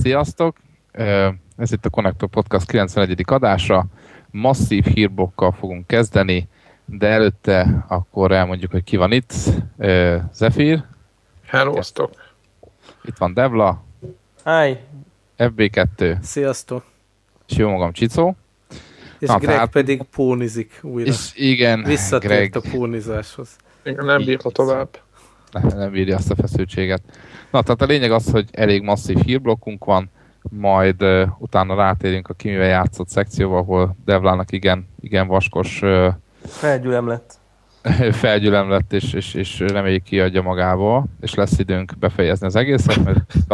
Sziasztok! Ez itt a Connector Podcast 91. adása. Masszív hírblokkal fogunk kezdeni, de előtte akkor elmondjuk, hogy ki van itt. Zephyr. Hello-sztok! Itt van Devla. Hi! FB2. Sziasztok! És jó magam, Csicó. És Greg pedig pónizik újra. És igen, visszatért a pónizáshoz. Igen, nem bírta tovább. Nem bírja azt a feszültséget. Na, tehát a lényeg az, hogy elég masszív hírblokkunk van, majd utána rátérünk a Kimivel játszott szekcióba, ahol Devlának igen vaskos felgyülem lett, és reméljük kiadja magából, és lesz időnk befejezni az egészet, mert a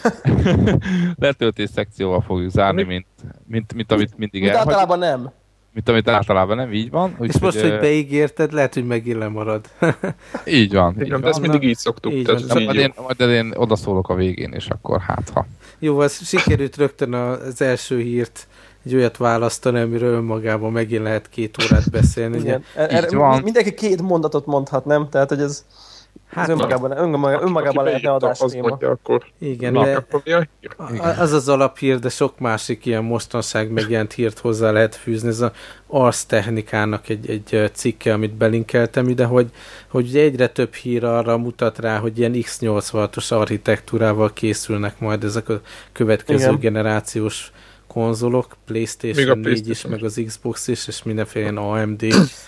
letöltés szekcióval fogjuk zárni, mint amit mindig elhagyjuk. Általában nem. Mint amit általában nem, így van. És most, hogy beígérted, lehet, hogy megint lemarad. Így van. Igen, de ezt mindig így szoktuk. Majd én odaszólok a végén, és akkor ha. Jó, az sikerült rögtön az első hírt egy olyat választani, amiről önmagában megint lehet 2 órát beszélni. Igen. Mindenki 2 mondatot mondhat, nem? Tehát, hogy ez önmagában lehetne adástéma. Igen, de az alaphír, de sok másik ilyen mostanság megjelent hírt hozzá lehet fűzni. Ez az Ars Technikának egy cikke, amit belinkeltem ide, hogy egyre több hír arra mutat rá, hogy ilyen X86-os architektúrával készülnek majd ezek a következő generációs konzolok, PlayStation 4 is, meg az Xbox is, és mindenféle ilyen AMD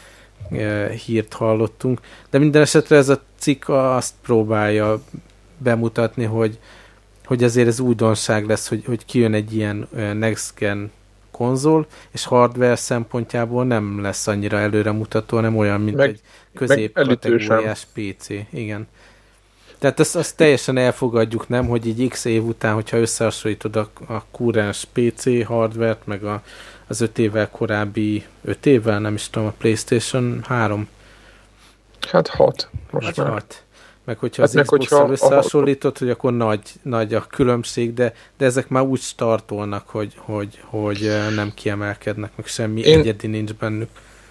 hírt hallottunk. De minden esetre ez a cikk azt próbálja bemutatni, hogy azért ez újdonság lesz, hogy kijön egy ilyen next gen konzol, és hardware szempontjából nem lesz annyira előremutató, hanem olyan, mint egy középkategóriás PC. Igen. Tehát azt teljesen elfogadjuk, nem, hogy így x év után, hogyha összehasonlítod a kurrens PC hardware-t, meg az 5 évvel korábbi, 5 évvel, nem is tudom, a PlayStation 3. Hát 6. Most már. 6. Meg hogyha az Xbox-szal összehasonlítod, hogy akkor nagy a különbség, de ezek már úgy startolnak, hogy nem kiemelkednek, meg semmi egyedi nincs bennük.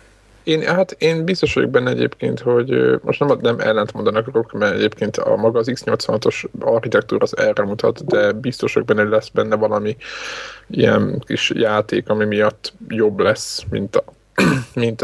Én biztos vagyok benne egyébként, hogy most nem ellent mondanak, mert egyébként a maga az X86-os architektúra az erre mutat, de biztos vagyok benne, hogy lesz benne valami ilyen kis játék, ami miatt jobb lesz, mint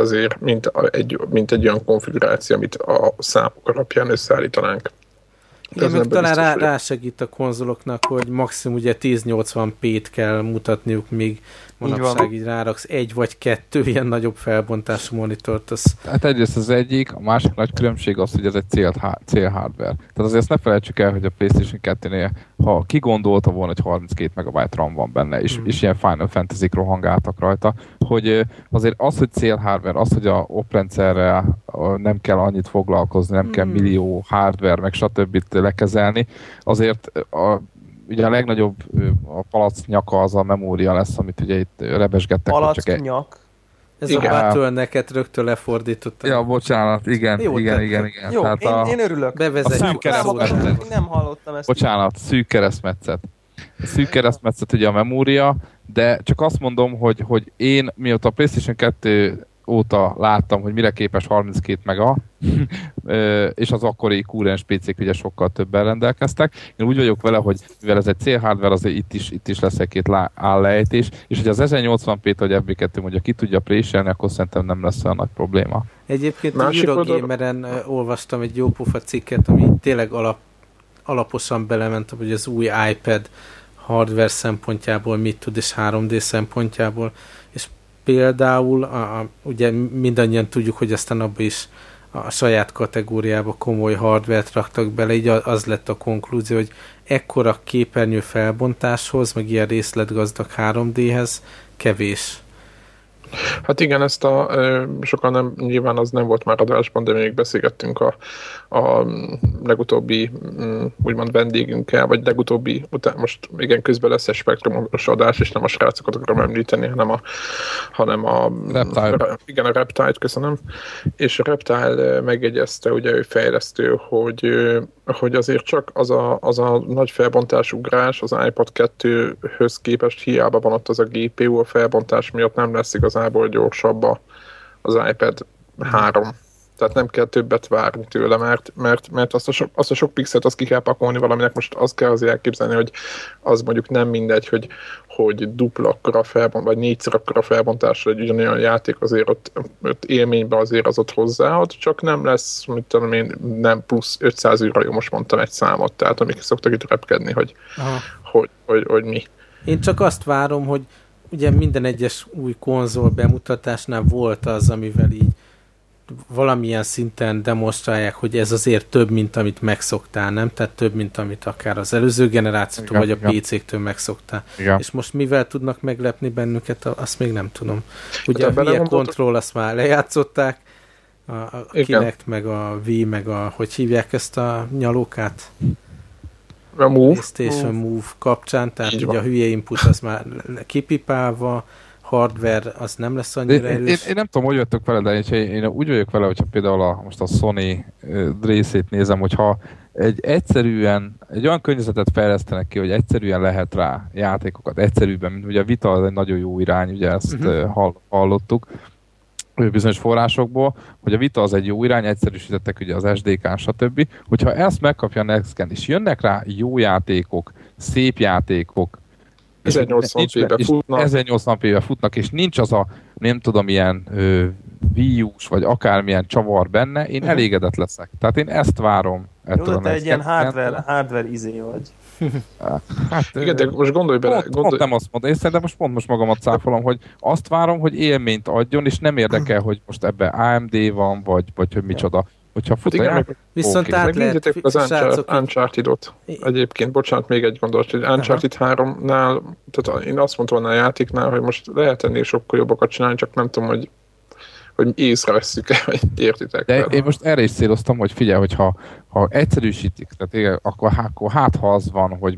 egy olyan konfiguráció, amit a számok alapján összeállítanánk. Igen, meg talán rásegít a konzoloknak, hogy maximum ugye 1080p-t kell mutatniuk, míg manapság így ráraksz 1 vagy 2 ilyen nagyobb felbontású monitort. Hát egyrészt az egyik, a másik nagy különbség az, hogy ez egy cél-hardware. Tehát azért ezt ne felejtsük el, hogy a PlayStation 2-nél, ha ki gondolta volna, hogy 32 MB RAM van benne, és ilyen Final Fantasy-k rohangáltak rajta, hogy azért az, hogy cél-hardware, az, hogy a oprendszerrel nem kell annyit foglalkozni, nem kell millió hardware, meg stb. Lekezelni, azért ugye a legnagyobb a palack nyaka az a memória lesz, amit ugye itt rebesgettek. Palack nyak? Ez igen. A Battle-neket rögtön lefordítottam. Ja, bocsánat, igen. Jó, Tehát én örülök. Bevezetjük. Nem hallottam ezt. Bocsánat, szűk keresztmetszet. Szűk keresztmetszet ugye a memória, de csak azt mondom, hogy én mióta a PlayStation 2 óta láttam, hogy mire képes 32 mega, és az akkori kurrens PC-k ugye sokkal többen rendelkeztek. Én úgy vagyok vele, hogy mivel ez egy C-hardware, azért itt is lesz egy-két állejtés, és hogy az 1080p-t, hogy FB2 mondja, ki tudja préselni, akkor szerintem nem lesz olyan nagy probléma. Egyébként a Eurogameren olvastam egy jópofa cikket, ami tényleg alaposan belement, hogy az új iPad hardware szempontjából mit tud, és 3D szempontjából, és például, ugye mindannyian tudjuk, hogy aztán abban is a saját kategóriába komoly hardware-t raktak bele, így az lett a konklúzió, hogy ekkora képernyő felbontáshoz, meg ilyen részletgazdag 3D-hez kevés. Hát igen, ezt sokan nem, nyilván az nem volt már adásban, de még beszélgettünk a legutóbbi úgymond vendégünkkel, vagy legutóbbi, most igen, közben lesz egy spektrumos adás, és nem a srácokat akarom említeni, hanem a Reptile. Igen, a Reptile, köszönöm. És a Reptile megjegyezte, ugye ő fejlesztő, hogy azért csak az a nagy felbontásúgrás az iPad 2-höz képest hiába van ott az a GPU, a felbontás miatt nem lesz igazából gyorsabb az iPad 3. Tehát nem kell többet várni tőle, mert azt a sok pixelt azt ki kell pakolni valaminek. Most azt kell azért elképzelni, hogy az mondjuk nem mindegy, hogy dupla akkora felbontás, vagy négyszer akkora felbontásra egy ugyanolyan játék azért ott élményben azért az ott hozzáad, csak nem lesz, mit tudom én, nem plusz 500 euró, jó, most mondtam egy számot, tehát amik szoktak itt repkedni, hogy mi. Én csak azt várom, hogy ugye minden egyes új konzol bemutatásnál volt az, amivel így valamilyen szinten demonstrálják, hogy ez azért több, mint amit megszoktál, nem? Tehát több, mint amit akár az előző generációtól, vagy a PC-któl megszoktál. Igen. És most mivel tudnak meglepni bennünket, azt még nem tudom. Ugye a Wii Control azt már lejátszották, a Kinect, meg a Wii, meg hogy hívják ezt a nyalókát? A Move. PlayStation Move kapcsán, tehát ugye a hülye input az már kipipálva, hardware az nem lesz annyira erős. Én nem tudom, hogy jöttök vele, de én úgy vagyok vele, hogyha például most a Sony részét nézem, hogyha egy olyan környezetet fejlesztenek ki, hogy egyszerűen lehet rá játékokat, egyszerűbben, mint ugye a Vita az egy nagyon jó irány, ugye ezt hallottuk bizonyos forrásokból, hogy a Vita az egy jó irány, egyszerűsítettek ugye az SDK-n, stb. Hogyha ezt megkapja a Next Gen, és jönnek rá jó játékok, szép játékok, 1080p-be futnak, és nincs az a, nem tudom, ilyen Wii U-s, vagy akármilyen csavar benne, én elégedett leszek. Tehát én ezt várom. Jó, de te egy ilyen hardware izé vagy. Hát, igen, de most gondolj bele. Pont nem azt mondom, én szerintem most magamat cáfolom, hogy azt várom, hogy élményt adjon, és nem érdekel, hogy most ebben AMD van, vagy hogy micsoda. Hogyha fut a játék, viszont át lehet az Uncharted-ot. Egyébként, bocsánat, még egy gondolat, hogy Uncharted 3-nál, tehát én azt mondtam volna a játéknál, hogy most lehet ennél sokkal jobbakat csinálni, csak nem tudom, hogy észrevesszük-e, vagy értitek. De én most erre is céloztam, hogy figyelj, hogyha egyszerűsítik, tehát akkor ha az van, hogy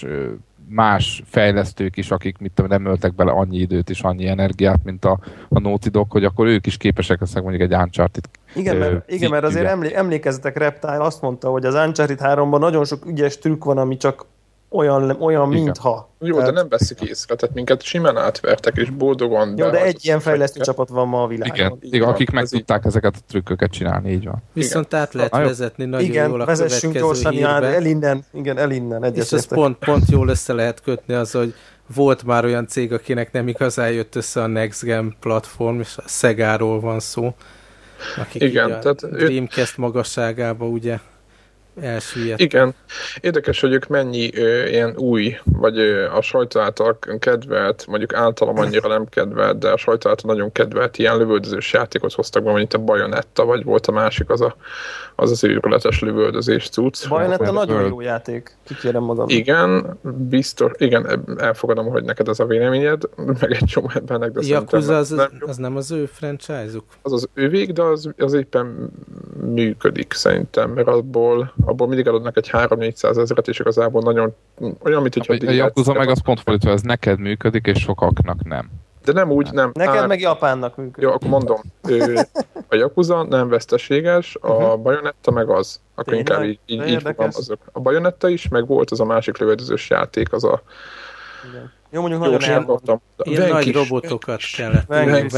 más fejlesztők is, akik nem öltek bele annyi időt és annyi energiát, mint a Naughty Dog, hogy akkor ők is képesek lesznek mondjuk egy Uncharted. Igen, mert azért emlékezzetek, Reptile azt mondta, hogy az Uncharted 3-ban nagyon sok ügyes trükk van, ami csak olyan mintha. Jó, tehát... de nem veszik észre, tehát minket simán átvertek, és boldogan. Jó, de egy ilyen fejlesztő csapat van ma a világon. Igen, akik meg tudták ezeket a trükköket csinálni, így van. Viszont át lehet vezetni nagyon jól a vezessünk gyorsan, elinnen. És ez pont jól össze lehet kötni az, hogy volt már olyan cég, akinek nem igazán jött össze a Next Gen platform, és a Sega-ról van szó, akik igen, a Dreamcast magasságába ugye elsüllyed. Igen. Érdekes, hogy ők mennyi ilyen új, vagy a sajtó által kedvelt, mondjuk általam annyira nem kedvelt, de a sajtó által nagyon kedvelt ilyen lövöldözős játékot hoztak be, mondjuk a Bayonetta, vagy volt a másik, az őrületes lövöldözés cucc. Bayonetta nagyon jó játék, kikérem magam. Igen, biztos, igen, elfogadom, hogy neked ez a véleményed, meg egy csomó embernek, de Yakuza az nem az ő franchise-uk? Az az ővék, de az éppen működik szerintem, mert abból mindig adnak egy 300-400 ezeret, és igazából nagyon olyan, mint hogyha... A Yakuza meg az pont fordítva, ez neked működik, és sokaknak nem. De nem úgy, nem. Neked meg Japánnak működik. Jó, akkor mondom. A Yakuza nem veszteséges, a Bayonetta meg az. Akkor inkább így fogalmazok. A Bayonetta is, meg volt az a másik lövöldözős játék, az a... Igen. Jó, mondjuk nagyon elmondtam. Ilyen nagy robotokat kellett.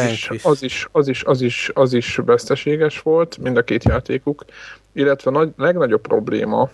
Az is veszteséges volt, mind a két játékuk. Illetve legnagyobb probléma,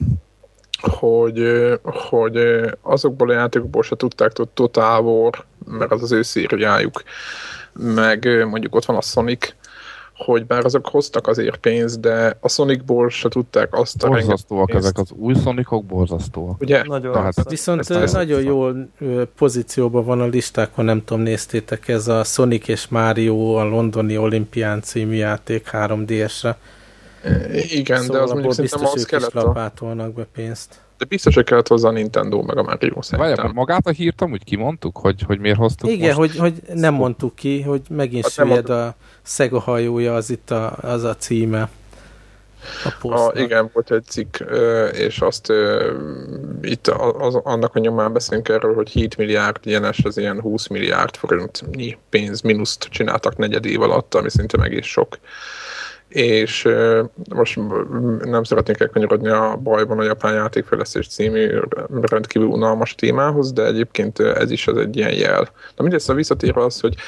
hogy azokból a játékokból se tudták Total War, mert az ő szériájuk, meg mondjuk ott van a Sonic, hogy bár azok hoztak azért pénzt, de a Sonicból se tudták azt a borzasztóak ezek az új Sonicok, borzasztóak. Ugye? Viszont nagyon jól pozícióban van a listákon, nem tudom, néztétek, ez a Sonic és Mario a Londoni Olimpián című játék 3DS-re. Igen, szóval de az mondjuk szerintem az kellett lapátolnak be pénzt. De biztos, hogy kellett hozzá a Nintendo meg a Mario szerintem. Várjál, magát a hírt amúgy kimondtuk, hogy miért hoztuk igen, most? hogy nem mondtuk ki, hogy megint süllyed a Sega hajója, az a címe a posztnak. Igen, volt egy cikk, és azt itt annak a nyomán beszélünk erről, hogy 7 milliárd ilyenes, az ilyen 20 milliárd forintnyi pénz mínuszt csináltak negyed év alatt, ami szerintem egész sok. és most nem szeretnék elkanyarodni a bajban a japán játékfejlesztés című rendkívül unalmas témához, de egyébként ez is az egy ilyen jel. Na mindez a visszatérve az, hogy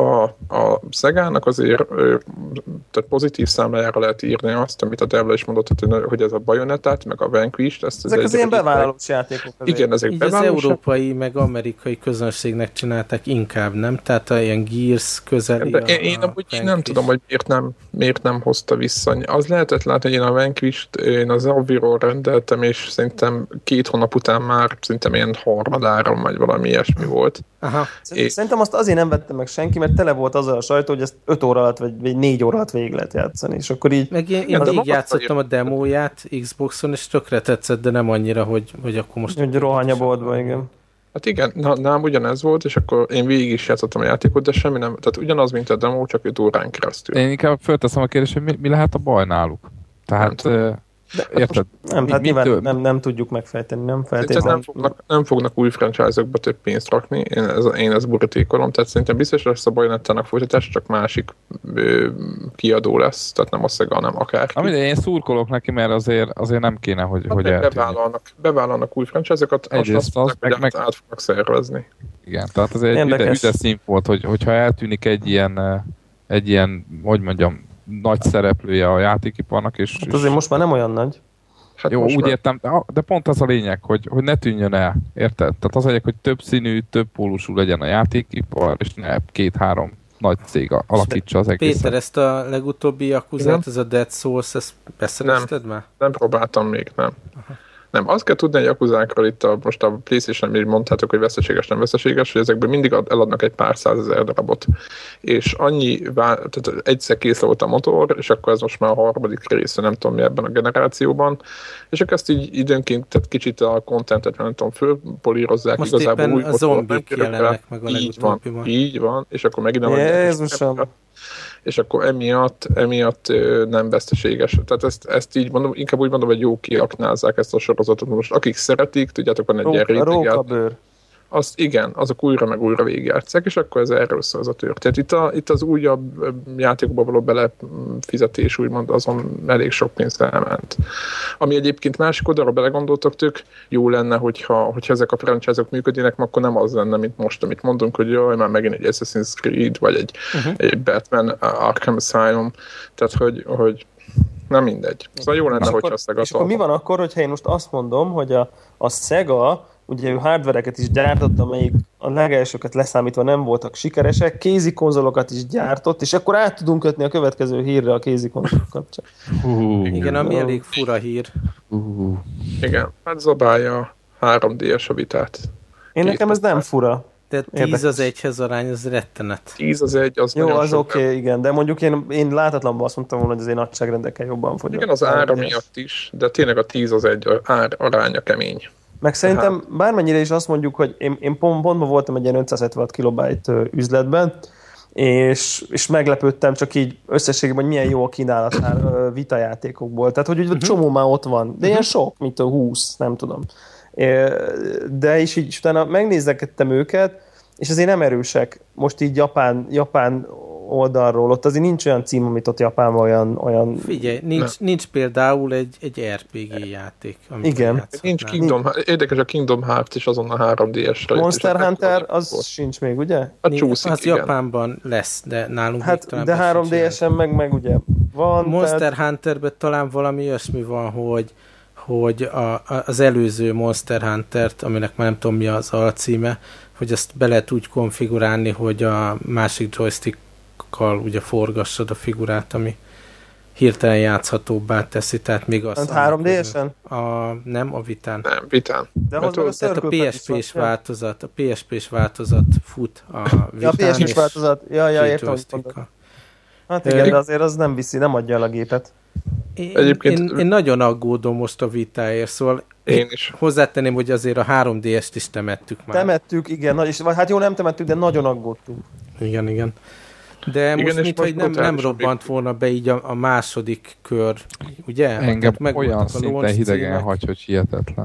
a Szegának azért tehát pozitív számlájára lehet írni azt, amit a Devla is mondott, hogy ez a Bayonettát, meg a Vanquish-t. Ezek az ilyen bevállalós játékok. Igen, ezek bevállalós. Az európai, meg amerikai közönségnek csinálták inkább, nem? Tehát a ilyen Gears közeli. Én amúgy nem tudom, hogy miért nem hozta vissza. Az lehetett látni, hogy én a Vanquish-t, én az Aviro rendeltem, és szerintem 2 hónap után már szerintem ilyen harmadáron, vagy valami ilyesmi volt. Aha. Szerintem azt azért nem vettem meg senki, mert tele volt azzal a sajtó, hogy ezt 5 óra alatt, vagy 4 óra alatt végig lehet játszani, és akkor így... Meg én végig játszottam a demóját Xboxon, és tökre tetszett, de nem annyira, hogy akkor most... Hogy rohany a boltba, igen. Hát igen, nálam ugyanez volt, és akkor én végig is játszottam a játékot, de semmi nem, tehát ugyanaz, mint a demo, csak 5 órán keresztül. Én inkább fölteszem a kérdést, hogy mi lehet a baj náluk? Tehát... érted? Nem tudjuk megfejteni, nem feltétlenül. Nem fognak új franchise-okba több pénzt rakni, én ezt borítékolom, tehát szerintem biztos lesz a Bayonettának folytatás, csak másik kiadó lesz, tehát nem a Sega, hanem akárki. Én szurkolok neki, mert azért nem kéne, hogy bevállalnak új franchise-okat, azt át fognak szervezni. Igen, tehát ez egy üdes szín volt, hogyha eltűnik egy ilyen, hogy mondjam, nagy szereplője a játékiparnak, és... Hát azért most már nem olyan nagy. Hát jó, úgy értem, de pont az a lényeg, hogy ne tűnjön el, érted? Tehát az a lényeg, hogy több színű, több pólusú legyen a játékipar, és ne 2-3 nagy cég alakítsa az egészet. Péter, ezt a legutóbbi Yakuzát, ez a Dead Souls, ezt beszerezted már? Nem próbáltam még, nem. Aha. Nem, azt kell tudni a Yakuzákról itt most a PlayStation, amit mondtátok, hogy veszteséges, nem veszteséges, hogy ezekből mindig eladnak egy pár 100 000 darabot. És tehát egyszer kész volt a motor, és akkor ez most már a harmadik része, nem tudom mi ebben a generációban. És akkor ezt így időnként, tehát kicsit a contentet, nem tudom, fölpolírozzák. Most igazából új a zombik jelennek meg a legutóbbiban. Így van, és akkor megint és akkor emiatt nem veszteséges. Tehát ezt így mondom, inkább úgy mondom, hogy jó kiaknázzák ezt a sorozatot. Most akik szeretik, tudjátok, van egy ilyen rókabőr. Azt igen, azok újra meg újra végigjátszák, és akkor ez erről szól az a történet. Itt az újabb játékokba való belefizetés, úgymond, azon elég sok pénzt elment. Ami egyébként másik oldalra belegondoltok, tök jó lenne, hogyha ezek a franchise-ok működnének, akkor nem az lenne, mint most, amit mondunk, hogy jaj, már megint egy Assassin's Creed, vagy egy Batman Arkham Asylum. Tehát, hogy nem mindegy. Szóval jó lenne, hogyha azt és akkor mi van akkor, hogyha én most azt mondom, hogy a Sega ugye ő hardvereket is gyártott, amelyik a legelsőket leszámítva nem voltak sikeresek, kézi konzolokat is gyártott, és akkor át tudunk kötni a következő hírre a kézi konzolok kapcsán. Igen, ami elég fura hír. Igen, hát zabálja 3D-es a vitát. Nekem ez nem fura. De 10-1-hez arány, az rettenet. 10-1, az jó, az oké, igen, de mondjuk én látatlanban azt mondtam volna, hogy az én nagyságrendekkel jobban fogyott. Igen, az ára miatt is, de tényleg a 10-1 aránya kemény. Meg szerintem bármennyire is azt mondjuk, hogy én pontban voltam egy ilyen 576 kilobájt üzletben, és meglepődtem csak így összességében, hogy milyen jó a kínálat vitajátékokból. Tehát, hogy csomó már ott van. De ilyen sok, mint a 20, nem tudom. De és így utána megnézekettem őket, és azért nem erősek. Most így Japán oldalról, ott azért nincs olyan cím, amit ott Japánban olyan... Figyelj, nincs például egy RPG játék. Igen. Nincs érdekes a Kingdom Hearts is azon a 3DS-re. Monster Hunter, az sincs még, ugye? Az Japánban lesz, de nálunk hát, de 3DS-en meg ugye van. Monster Hunterben talán valami olyasmi van, hogy az előző Monster Huntert, aminek már nem tudom mi az alcíme, hogy azt be lehet úgy konfigurálni, hogy a másik joystickkal ugye forgassad a figurát, ami hirtelen játszhatóbbá teszi, tehát még azt... 3D-esen? Nem, a Vitán. Nem, Vitán. Tehát a PSP-s változat fut a Vitán. Ja, a PSP-s változat. Ja, értem, hát igen, de azért az nem viszi, nem adja el a gépet. Én nagyon aggódom most a Vitáért, szóval én is. Hozzátenném, hogy azért a 3DS-t is temettük már. Temettük, igen, és hát jó, nem temettük, de nagyon aggódtunk. Igen. De igen, most mintha nem robbant volna be így a második kör, ugye? Engem olyan szinten hidegen hagy, hogy hihetetlen.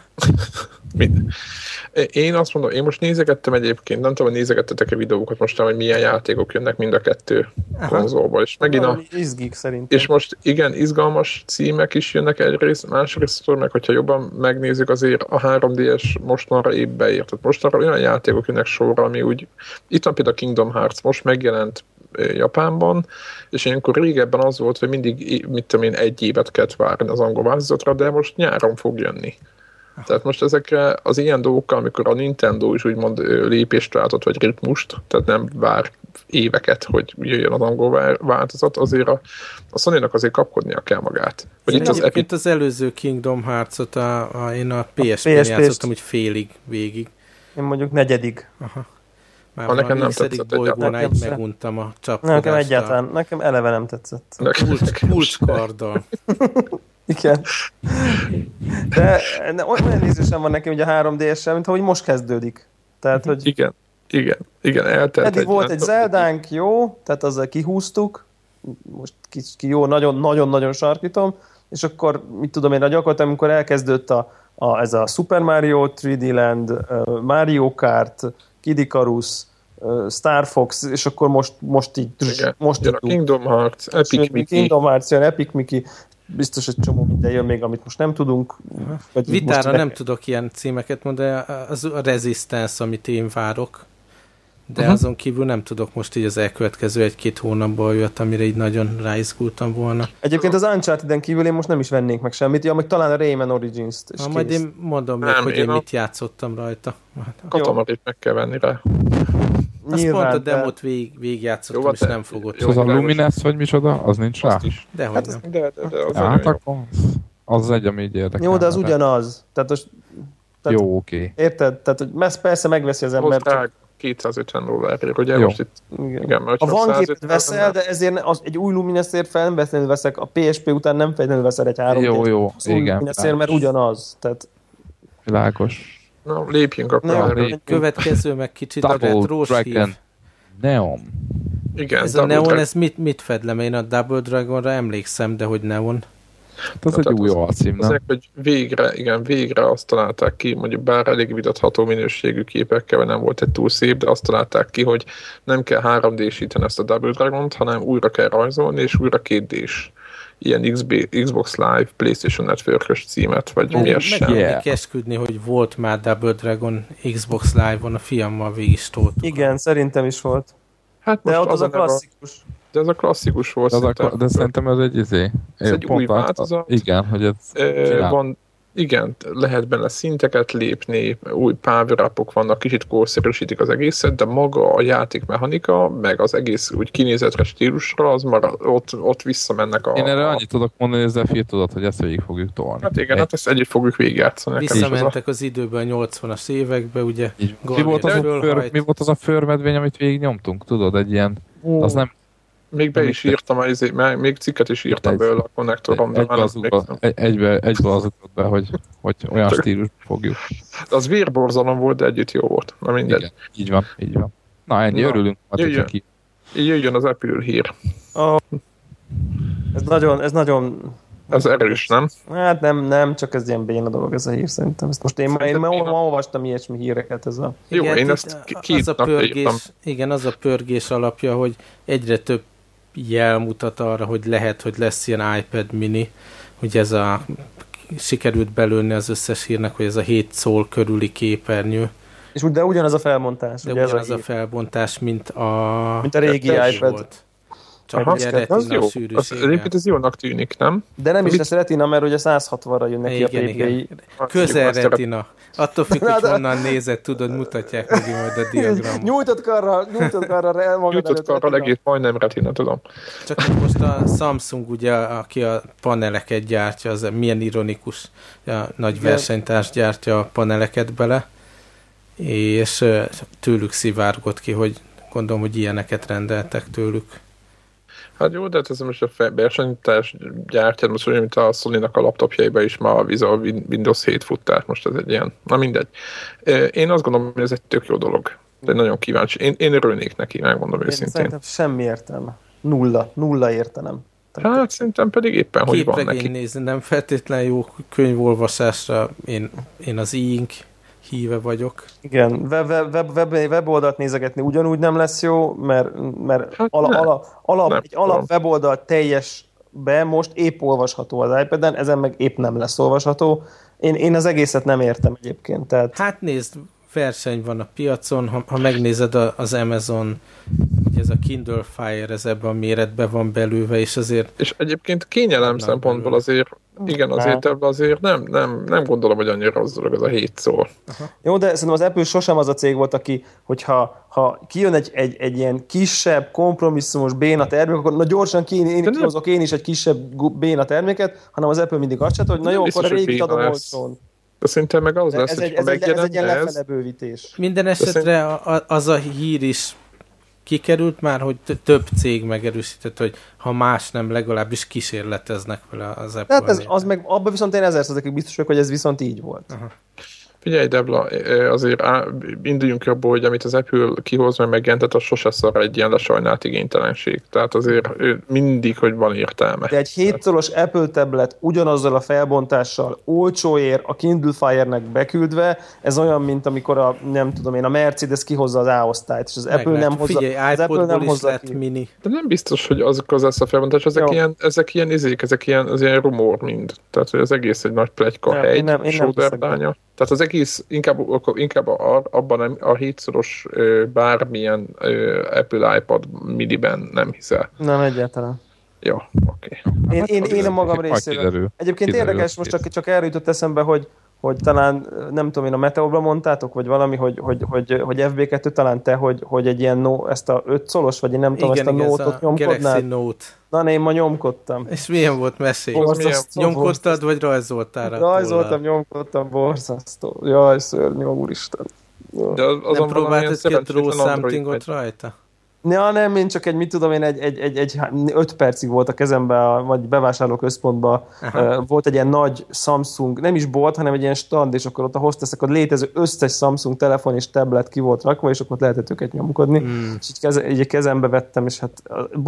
Én azt mondom, én most nézegettem egyébként, nem tudom, hogy nézegettetek-e videókat most, hogy milyen játékok jönnek mind a kettő konzolból. És megint izgik szerintem. És most igen, izgalmas címek is jönnek egyrészt, másrészt meg, hogyha jobban megnézzük, azért a 3DS mostanra épp beért. Tehát mostanra olyan játékok jönnek sorra, ami úgy, itt van például a Kingdom Hearts, most megjelent Japánban, és ilyenkor régebben az volt, hogy mindig, mit tudom én, 1 évet kellett várni az angol változatra, de most nyáron fog jönni. Tehát most ezekre az ilyen dolgokkal, amikor a Nintendo is úgymond lépést váltott, vagy ritmust, tehát nem vár éveket, hogy jöjjön az angol változat, azért a Sony-nak azért kapkodnia kell magát. Én az előző Kingdom Hearts-ot én a PSP-n játszottam úgy félig végig. Én mondjuk 4. Aha. Már nekem nem tetszett bolygónál így meguntam a csapkodást. Nekem egyáltalán, nekem eleve nem tetszett. Kulcskarddal. Igen. De olyan nézésem van nekem, hogy a 3DS-sel, mint ahogy most kezdődik. Tehát, hogy... Igen, eltelt. Eddig volt egy Zeldánk, jó, tehát azzal kihúztuk, most jó, nagyon-nagyon sarkítom, és akkor, mit tudom én, gyakorlatilag, amikor elkezdődött ez a Super Mario 3D Land, Mario Kart, Kid Icarus, Star Fox, és akkor most így... Igen, most jön a Kingdom Hearts, Epic Mickey. Kingdom Hearts jön, Epic Mickey, biztos egy csomó minden jön még, amit most nem tudunk. Vitára nem tudok ilyen címeket mondani, az a Resistance, amit én várok, de azon kívül nem tudok most így az elkövetkező 1-2 hónapból jött, amire így nagyon ráizgultam volna. Egyébként az Uncharted-en kívül én most nem is vennék meg semmit, ja, meg talán a Rayman Origins-t. Majd én mondom meg, hogy én mit játszottam rajta. Katamarit meg kell venni rá. Azt pont a demót végigjátszottam, és nem fogott. Az a Lumines, vagy micsoda? Az nincs rá? Dehogy nem. De az hát akkor az egy, ami így érdekel. Jó, de az ugyanaz. Tehát jó, oké. Érted? Tehát, hogy persze megveszi az ember. $250, ugye? Most itt, igen, ha van képet veszel, de ezért egy új Luminesért nem feltétlenül veszek, a PSP után nem feltétlenül veszel egy 3D-t. Jó, igen. Luminesért, mert ugyanaz. Tehát... Világos. Na, lépjünk akkor. Következő meg kicsit a retrós hív. Neon. Igen, ez a Neon, ez mit fed le? Én a Double Dragonra emlékszem, de hogy Neon. Ez egy új alcím, nem? Ezek, hogy végre azt találták ki, mondjuk bár elég vitatható minőségű képekkel, nem volt egy túl szép, de azt találták ki, hogy nem kell 3D-síteni ezt a Double Dragont, hanem újra kell rajzolni, és újra 2D-s ilyen Xbox Live, PlayStation Network-ös címet, vagy miért sem. Meg esküdni, hogy volt már Double Dragon Xbox Live-on, a fiammal végig toltuk. Igen, szerintem is volt. Hát de ott az a klasszikus. De ez a klasszikus volt. De szerintem ez egy Ez egy új változat. Igen, hogy ez van. Igen, lehet benne szinteket lépni, új power-upok vannak, kicsit korszerűsítik az egészet, de maga a játékmechanika, meg az egész úgy kinézetre, stílusra, az már ott visszamennek Én erre annyit tudok mondani, hogy Zephyr tudod, hogy ezt végig fogjuk tolni. Hát igen, hát ezt együtt fogjuk végigjátszani. Visszamentek az időben, 80-as évekbe, ugye? Mi volt az a förmedvény, amit végig nyomtunk, tudod, egy ilyen, az nem... Még be is írtam, még cikket is írtam belőle a konnektoron. Egybe az ugrott be, hogy olyan stílusban fogjuk. De az vérborzalom volt, de együtt jó volt. Na mindegy. Igen, így van. Na ennyi, örülünk. Jöjjön az Apple hír. Ez nagyon... Ez erős, nem? Hát nem, csak ez ilyen béna dolog ez a hír szerintem. Most én ma olvastam ilyesmi híreket. Ez a... Jó, igen, én ezt két napja írtam. Igen, az a pörgés alapja, hogy egyre több jel mutat arra, hogy lehet, hogy lesz ilyen iPad mini, hogy ez sikerült belőni az összes hírnek, hogy ez a 7 szól körüli képernyő. És de ugyanaz a felbontás. De ugyanaz a felbontás, mint a régi iPad. Volt. Csak ugye retina sűrűséggel. Egyébként ez jónak tűnik, nem? De nem is lesz retina, mert ugye 160-ra jön neki a PPI. Közel retina. Attól függ, hogy honnan nézed, tudod, mutatják neki majd a diagramot. Nyújtott karral egész majdnem retina, tudom. Csak most a Samsung, ugye, aki a paneleket gyártja, az milyen ironikus, a nagy versenytárs gyártja a paneleket bele, és tőlük szivárgott ki, hogy gondolom, hogy ilyeneket rendeltek tőlük. Hát jó, de hát ez most a versenytárs gyártja, most olyan, mint a Sony-nak a laptopjaiban is ma a Windows 7 fut, tehát most ez egy ilyen, na mindegy. Én azt gondolom, hogy ez egy tök jó dolog. De nagyon kíváncsi. Én örülnék neki, megmondom őszintén. Szerintem semmi értelme. Nulla értelem. Hát szerintem pedig éppen, hogy van neki. Képregény nézni, nem feltétlenül jó könyvolvasásra. Én az e-ink híve vagyok. Igen, weboldalt nézegetni ugyanúgy nem lesz jó, mert hát egy alap weboldal teljesbe most épp olvasható az iPad-en, ezen meg épp nem lesz olvasható. Én az egészet nem értem egyébként. Tehát... Hát nézd, verseny van a piacon, ha megnézed az Amazon, ugye ez a Kindle Fire, ez ebben a méretben van belőve, és azért... És egyébként kényelem szempontból azért, igen, azért nem gondolom, hogy annyira rossz dolog ez a 7 szó. Jó, de szerintem az Apple sosem az a cég volt, aki, hogyha kijön egy ilyen kisebb, kompromisszumos béna termék, akkor na gyorsan kihozok én is egy kisebb béna terméket, hanem az Apple mindig azt csinálta, hogy na jó, akkor a régit adom olcsón. De szerintem meg az lesz, hogy ez egy ilyen lefele bővítés. Minden esetre az a hír is kikerült már, hogy több cég megerősített, hogy ha más nem, legalábbis kísérleteznek vele az Apple. Hát abban viszont én 1000%-ig biztos vagyok, hogy ez viszont így volt. Aha. Figyelj, Debla, azért induljunk abból, hogy amit az Apple kihoz, meg megjelentett, az sose szar egy ilyen lesajnált igénytelenség. Tehát azért mindig, hogy van értelme. De egy 7 szoros Apple tablet ugyanazzal a felbontással olcsóért a Kindle Fire-nek beküldve, ez olyan, mint amikor a Mercedes kihozza az A-osztályt, és az Apple nem hozza. Figyelj, iPodból is lett mini. De nem biztos, hogy az lesz a felbontás, ezek ilyen izék, az ilyen rumor mind. Tehát, hogy az egész egy nagy pletyka hegy, sóderdánya. Tehát az egész inkább abban a 7-szoros bármilyen Apple iPad miniben nem hiszel. Nem, egyáltalán. Jó, oké. Én a magam részéről. Egyébként érdekes, most csak erről jutott eszembe, hogy talán, nem tudom én, a Meteorban mondtátok, vagy valami, hogy FB2 talán te, hogy egy ilyen ezt a 5 szolos, vagy én nem tudom, ezt a Note-ot nyomkodnád? Galaxy Note. Na, én ma nyomkodtam. És milyen volt, mesélj? Nyomkodtad, vagy rajzoltál rá? Rajzoltam, nyomkodtam, borzasztó. Jaj, szörnyű, úristen. De nem próbáltad ki a draw something-ot rajta? Ja, nem, én csak egy 5 percig volt a kezemben, vagy bevásárlóközpontban, volt egy ilyen nagy Samsung, nem is bolt, hanem egy ilyen stand, és akkor ott a hostessek, a létező összes Samsung telefon és tablet ki volt rakva, és akkor lehetett őket nyomkodni, és így kezembe vettem, és hát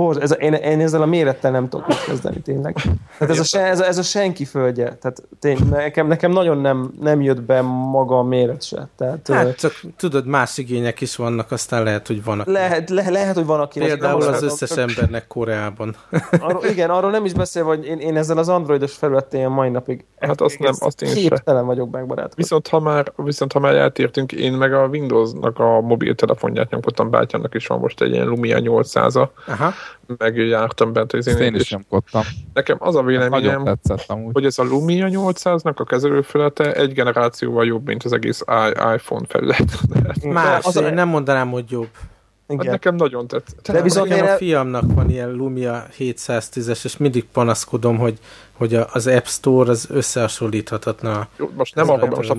én ezzel a mérettel nem tudok mit kezdeni, tényleg. Tehát ez a senki földje, tehát nekem nagyon nem jött be maga a méret se. Tehát, hát csak tudod, más igények is vannak, aztán lehet, hogy vannak. Lehet, hogy van, akinek... Például az összes embernek Koreában. Arról nem is beszélve, hogy én ezzel az androidos felületén mai napig hát azt én képtelen vagyok megbarátkozni. Viszont ha már eltértünk, én meg a Windowsnak a mobiltelefonját nyomkodtam, bátyámnak is van most egy ilyen Lumia 800-a, meg jártam bent az én is nyomkodtam. Nekem az a véleményem, hogy ez a Lumia 800-nak a kezelőfelülete egy generációval jobb, mint az egész iPhone felület. Én nem mondanám, hogy jobb. Hát nekem nagyon tetszett. De viszont a fiamnak van ilyen Lumia 710-es, és mindig panaszkodom, hogy az App Store az összehasonlíthatatlan. Jó, most nem arra, most a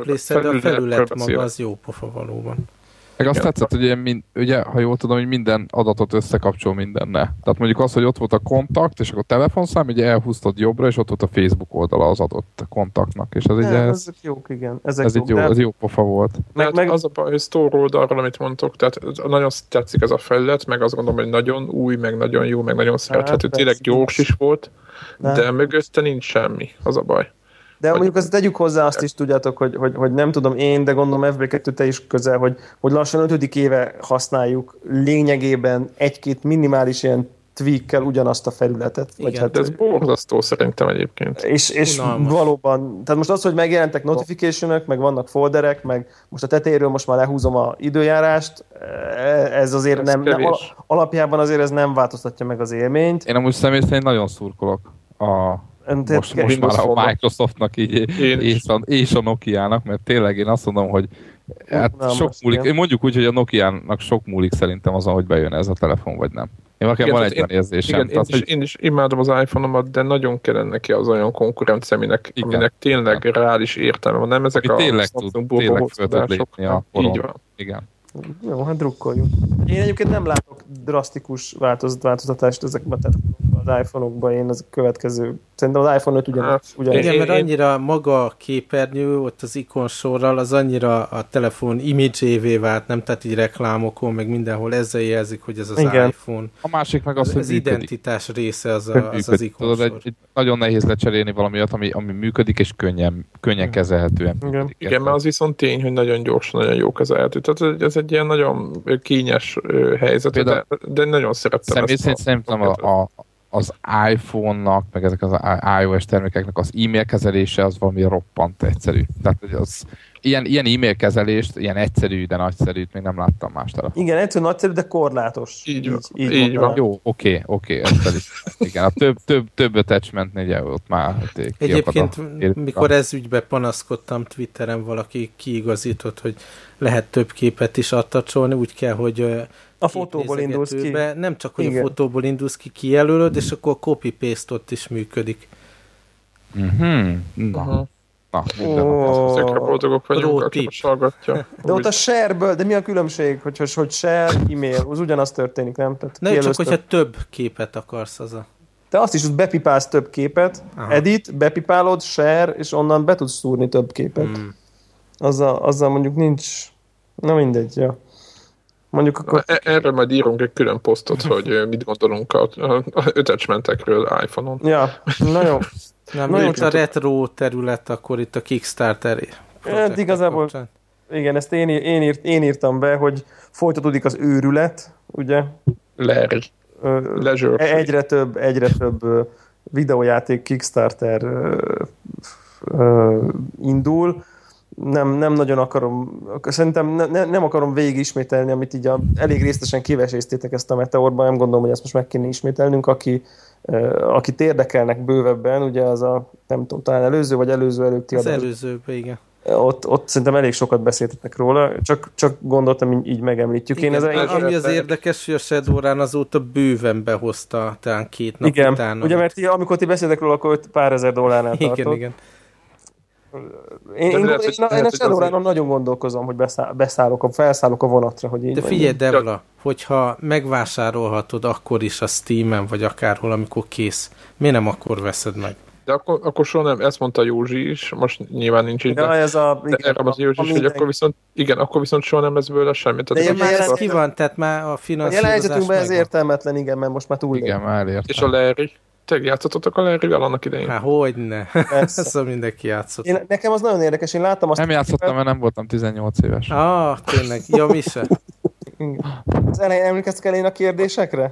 felület maga az jó pofa valóban. Meg azt tetszett, hogy ugye, ha jól tudom, hogy minden adatot összekapcsol mindenne. Tehát mondjuk az, hogy ott volt a kontakt, és akkor a telefonszám, ugye elhúztad jobbra, és ott volt a Facebook oldala az adott kontaktnak. És ezek jók, igen. Ez jó pofa volt. Meg az a baj, hogy store oldalról, amit mondtok, tehát nagyon tetszik ez a felület, meg azt gondolom, hogy nagyon új, meg nagyon jó, meg nagyon szerethető. Tényleg gyors is volt, de mögötte nincs semmi, az a baj. De mondjuk azt tegyük hozzá, azt is tudjátok, hogy nem tudom én, de gondolom FB2 te is közel, hogy lassan 5. éve használjuk lényegében egy-két minimális ilyen tweakkel ugyanazt a felületet. Igen, vagy hát ez borzasztó szerintem egyébként. És valóban, tehát most az, hogy megjelentek notification-ök, meg vannak folderek, meg most a tetejéről most már lehúzom a időjárást, ez azért alapjában azért ez nem változtatja meg az élményt. Én amúgy személy szerint nagyon szurkolok most már a Microsoftnak így, és a Nokia-nak, mert tényleg én azt mondom, hogy hát sok múlik, mondjuk úgy, hogy a Nokia-nak sok múlik szerintem azon, hogy bejön ez a telefon, vagy nem. Én nekem van egy olyan érzésem. Én is imádom az iPhone-omat, de nagyon kellene neki az olyan konkurencia, aminek tényleg reális értelme van. Nem ezek tényleg föl tud lépni a poron. Így van. Igen. Jó, hát drukkoljunk. Én egyébként nem látok drasztikus változtatást ezekben a telefonokkal, az iPhone-okban én az következő. Szerintem az iPhone 5 ugyanaz. Igen, mert annyira maga a képernyő, ott az ikonsorral, az annyira a telefon image-évé vált, nem? Tehát így reklámokon, meg mindenhol ezzel jelzik, hogy ez az iPhone. A másik meg az identitás része az ikonsor. Tudod, nagyon nehéz lecserélni valamiatt, ami működik, és könnyen kezelhetően. Igen, mert az viszont tény, hogy nagyon gyorsan, nagyon jó kezelhető. Tehát ez egy ilyen nagyon kényes helyzet, de nagyon szerettem ezt. Szerintem az iPhone-nak, meg ezek az iOS termékeknek az e-mail kezelése az valami roppant egyszerű. Tehát az ilyen e-mail kezelést, ilyen egyszerű, de nagyszerűt még nem láttam más telefonon. Igen, egyszerű, nagyszerű, de korlátos. Így van. Jó, oké, igen, a több attachment-nél ugye ott már egyébként, mikor ez ügybe panaszkodtam Twitteren, valaki kiigazított, hogy lehet több képet is attacsolni, úgy kell, hogy a fotóból indulsz ki. Nem csak, hogy igen. A fotóból indulsz ki, kijelölöd, és akkor a copy-paste ott is működik. Ezekre boldogok vagyunk, aki most hallgatja. De ott a share-ből, de mi a különbség, hogy share, e-mail, az ugyanaz történik, nem? Tehát nem csak, hogyha több képet akarsz az a... Te azt is tudsz, bepipálsz több képet, edit, bepipálod, share, és onnan be tudsz szúrni több képet. Azzal mondjuk nincs... Na mindegy, ja. Mondjuk akkor... Erről majd írunk egy külön posztot, hogy mit gondolunk a attachmentekről iPhone-on. Ja, na jó. Nem, mint a retro terület, akkor itt a Kickstarter. Igazából, igen, ezt én írtam be, hogy folytatódik az őrület, ugye? Egyre több videójáték Kickstarter indul. Nem nagyon akarom, szerintem nem akarom végig ismételni, amit így elég részletesen kiveséztétek ezt a Meteorban, nem gondolom, hogy ezt most meg kéne ismételnünk, akit érdekelnek bővebben, ugye az a, nem tudom, talán előző vagy előző előtti adás. Az előzőben, igen. Ott szerintem elég sokat beszéltetek róla, csak gondoltam, így megemlítjük. Igen, ami az érdekes, hogy a Shadowrun azóta bőven behozta, talán 2 nap igen, utána. Ugye, mert amikor ti beszéltek róla, akkor pár ezer dollárnál tartott. Igen. Én a Shadowrunon nagyon gondolkozom, hogy felszállok a vonatra, hogy így. De figyelj, Devla, hogyha megvásárolhatod akkor is a Steamen, vagy akárhol, amikor kész, miért nem akkor veszed meg? De akkor soha nem, ezt mondta Józsi is, most nyilván nincs így, de erre az Józsi is, hogy akkor viszont soha nem lesz belőle semmi. De már ez ki van, tehát már a finanszírozás a helyzetünkben ez értelmetlen, igen, mert most már túl. Igen, már értem. És a Larry? Te játszottatok a Larryvel annak idején? Hát hogyne. Szóval mindenki játszott. Nekem az nagyon érdekes, én láttam azt... Nem játszottam, mert nem voltam 18 éves. Tényleg. Ja, mi se. Az elején emlékeztek elején a kérdésekre?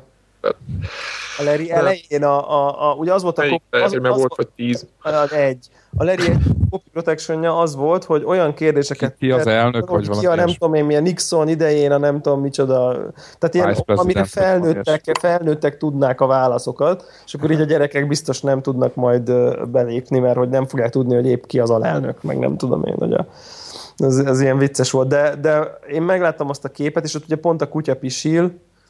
A Larry elején ugye az volt a... volt vagy 10. A Larry egy copy protectionja az volt, hogy olyan kérdéseket... Ki az elnök, vagy valami? Nem tudom én milyen Nixon idején, a nem tudom micsoda... Tehát ilyen, amire felnőttek tudnák a válaszokat, és akkor így a gyerekek biztos nem tudnak majd belépni, mert hogy nem fogják tudni, hogy épp ki az alelnök, meg nem tudom én, hogy ez ilyen vicces volt. De én megláttam azt a képet, és ott ugye pont a kutya pisil,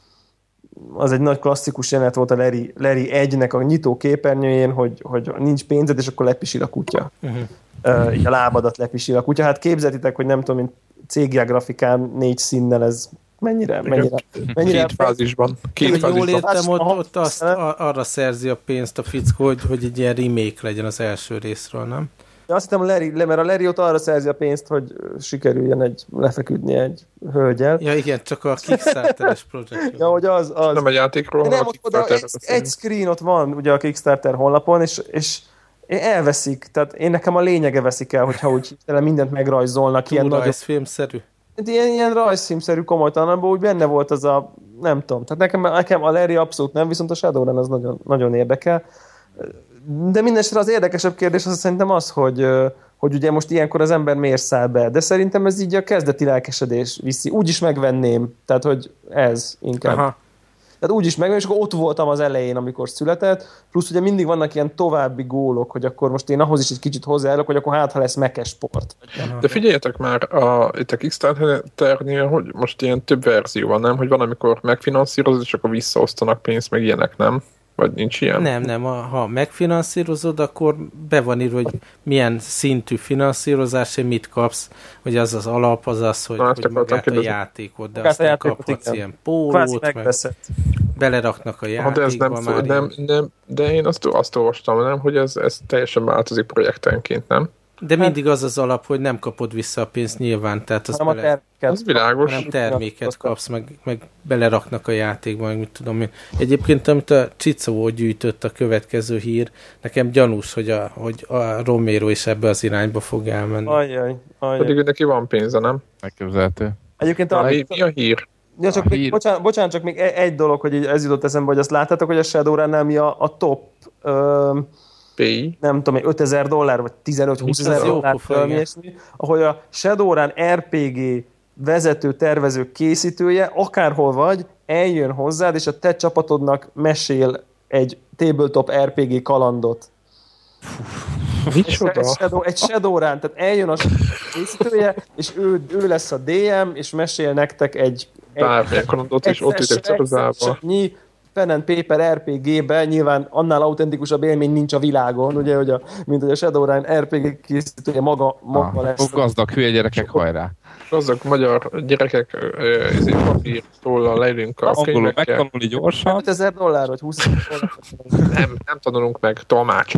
az egy nagy klasszikus jelenet volt a Larry 1-nek a nyitó képernyőjén, hogy nincs pénzed, és akkor lepisil a kutya. Így a lábadat lepisil a kutya. Hát képzeltitek, hogy nem tudom, mint CGI grafikán 4 színnel ez mennyire 2 fázisban. Jól értem, ott arra szerzi a pénzt a fickó, hogy egy ilyen remake legyen az első részről, nem? Ja, azt hittem, mert a Larry ott arra szerzi a pénzt, hogy sikerüljen lefeküdni egy hölgyel. Ja igen, csak a Kickstarter-es projekt. Ja, hogy az. Nem a játékról, hanem a Kickstarter. Egy screen ott van ugye a Kickstarter honlapon, és elveszik, tehát nekem a lényege veszik el, hogyha úgy mindent megrajzolnak. Túl rajzfilmszerű. Ilyen rajzfilmszerű komolytalan, abban úgy benne volt az a, nem tudom, tehát nekem a Larry abszolút nem, viszont a Shadowrun az nagyon, nagyon érdekel. De mindenesetre az érdekesebb kérdés az szerintem az, hogy ugye most ilyenkor az ember miért száll be, de szerintem ez így a kezdeti lelkesedés viszi. Úgy is megvenném, tehát hogy ez inkább. Aha. Tehát úgy is megvenném, és akkor ott voltam az elején, amikor született, plusz ugye mindig vannak ilyen további gólok, hogy akkor most én ahhoz is egy kicsit hozzáállok, hogy akkor hát, ha lesz mekes sport. De figyeljetek már, itt a Kickstarternél, hogy most ilyen több verzió van, nem? Hogy van, amikor megfinanszírozod, és akkor visszaosztanak pénzt, meg ilyenek, nem? Vagy nincs ilyen? Nem. Ha megfinanszírozod, akkor be van írva, hogy milyen szintű finanszírozásért mit kapsz, hogy az az alap, az az, hogy magát a játékot, de aztán kaphatsz ilyen pólót. Megveszed. beleraknak a játékba már. De én azt olvastam, nem, hogy ez teljesen változik projektenként, nem? De mindig az alap, hogy nem kapod vissza a pénzt nyilván, tehát az világos. Nem terméket kapsz, meg beleraknak a játékba, meg mit tudom én. Egyébként, amit a Csicó gyűjtött a következő hír, nekem gyanús, hogy a Romero is ebbe az irányba fog elmenni. Ajjaj. Pedig neki van pénze, nem? Megképzelhető. Egyébként mi a hír? Ja, csak még, bocsánat, csak még egy dolog, hogy ez jutott eszembe, hogy azt láttátok, hogy a Shadowrun-nál mi a top nem tudom, $5000 vagy $15-20 ahogy a Shadowrun RPG vezető, tervező, készítője, akárhol vagy, eljön hozzád, és a te csapatodnak mesél egy tabletop RPG kalandot. Egy Shadowrun, tehát eljön a készítője, és ő lesz a DM, és mesél nektek egy kalandot, és ott ütek szarozába. Pen and Paper RPG-ben nyilván annál autentikusabb élmény nincs a világon, ugye, mint hogy a Shadowrun RPG készítője maga lesz. Gazdag hülye gyerekek, hajrá! Gazdag magyar gyerekek, papír, tollal leülünk a angolul megtanulni gyorsan. $5000 vagy $20. Nem tanulunk meg, tolmács.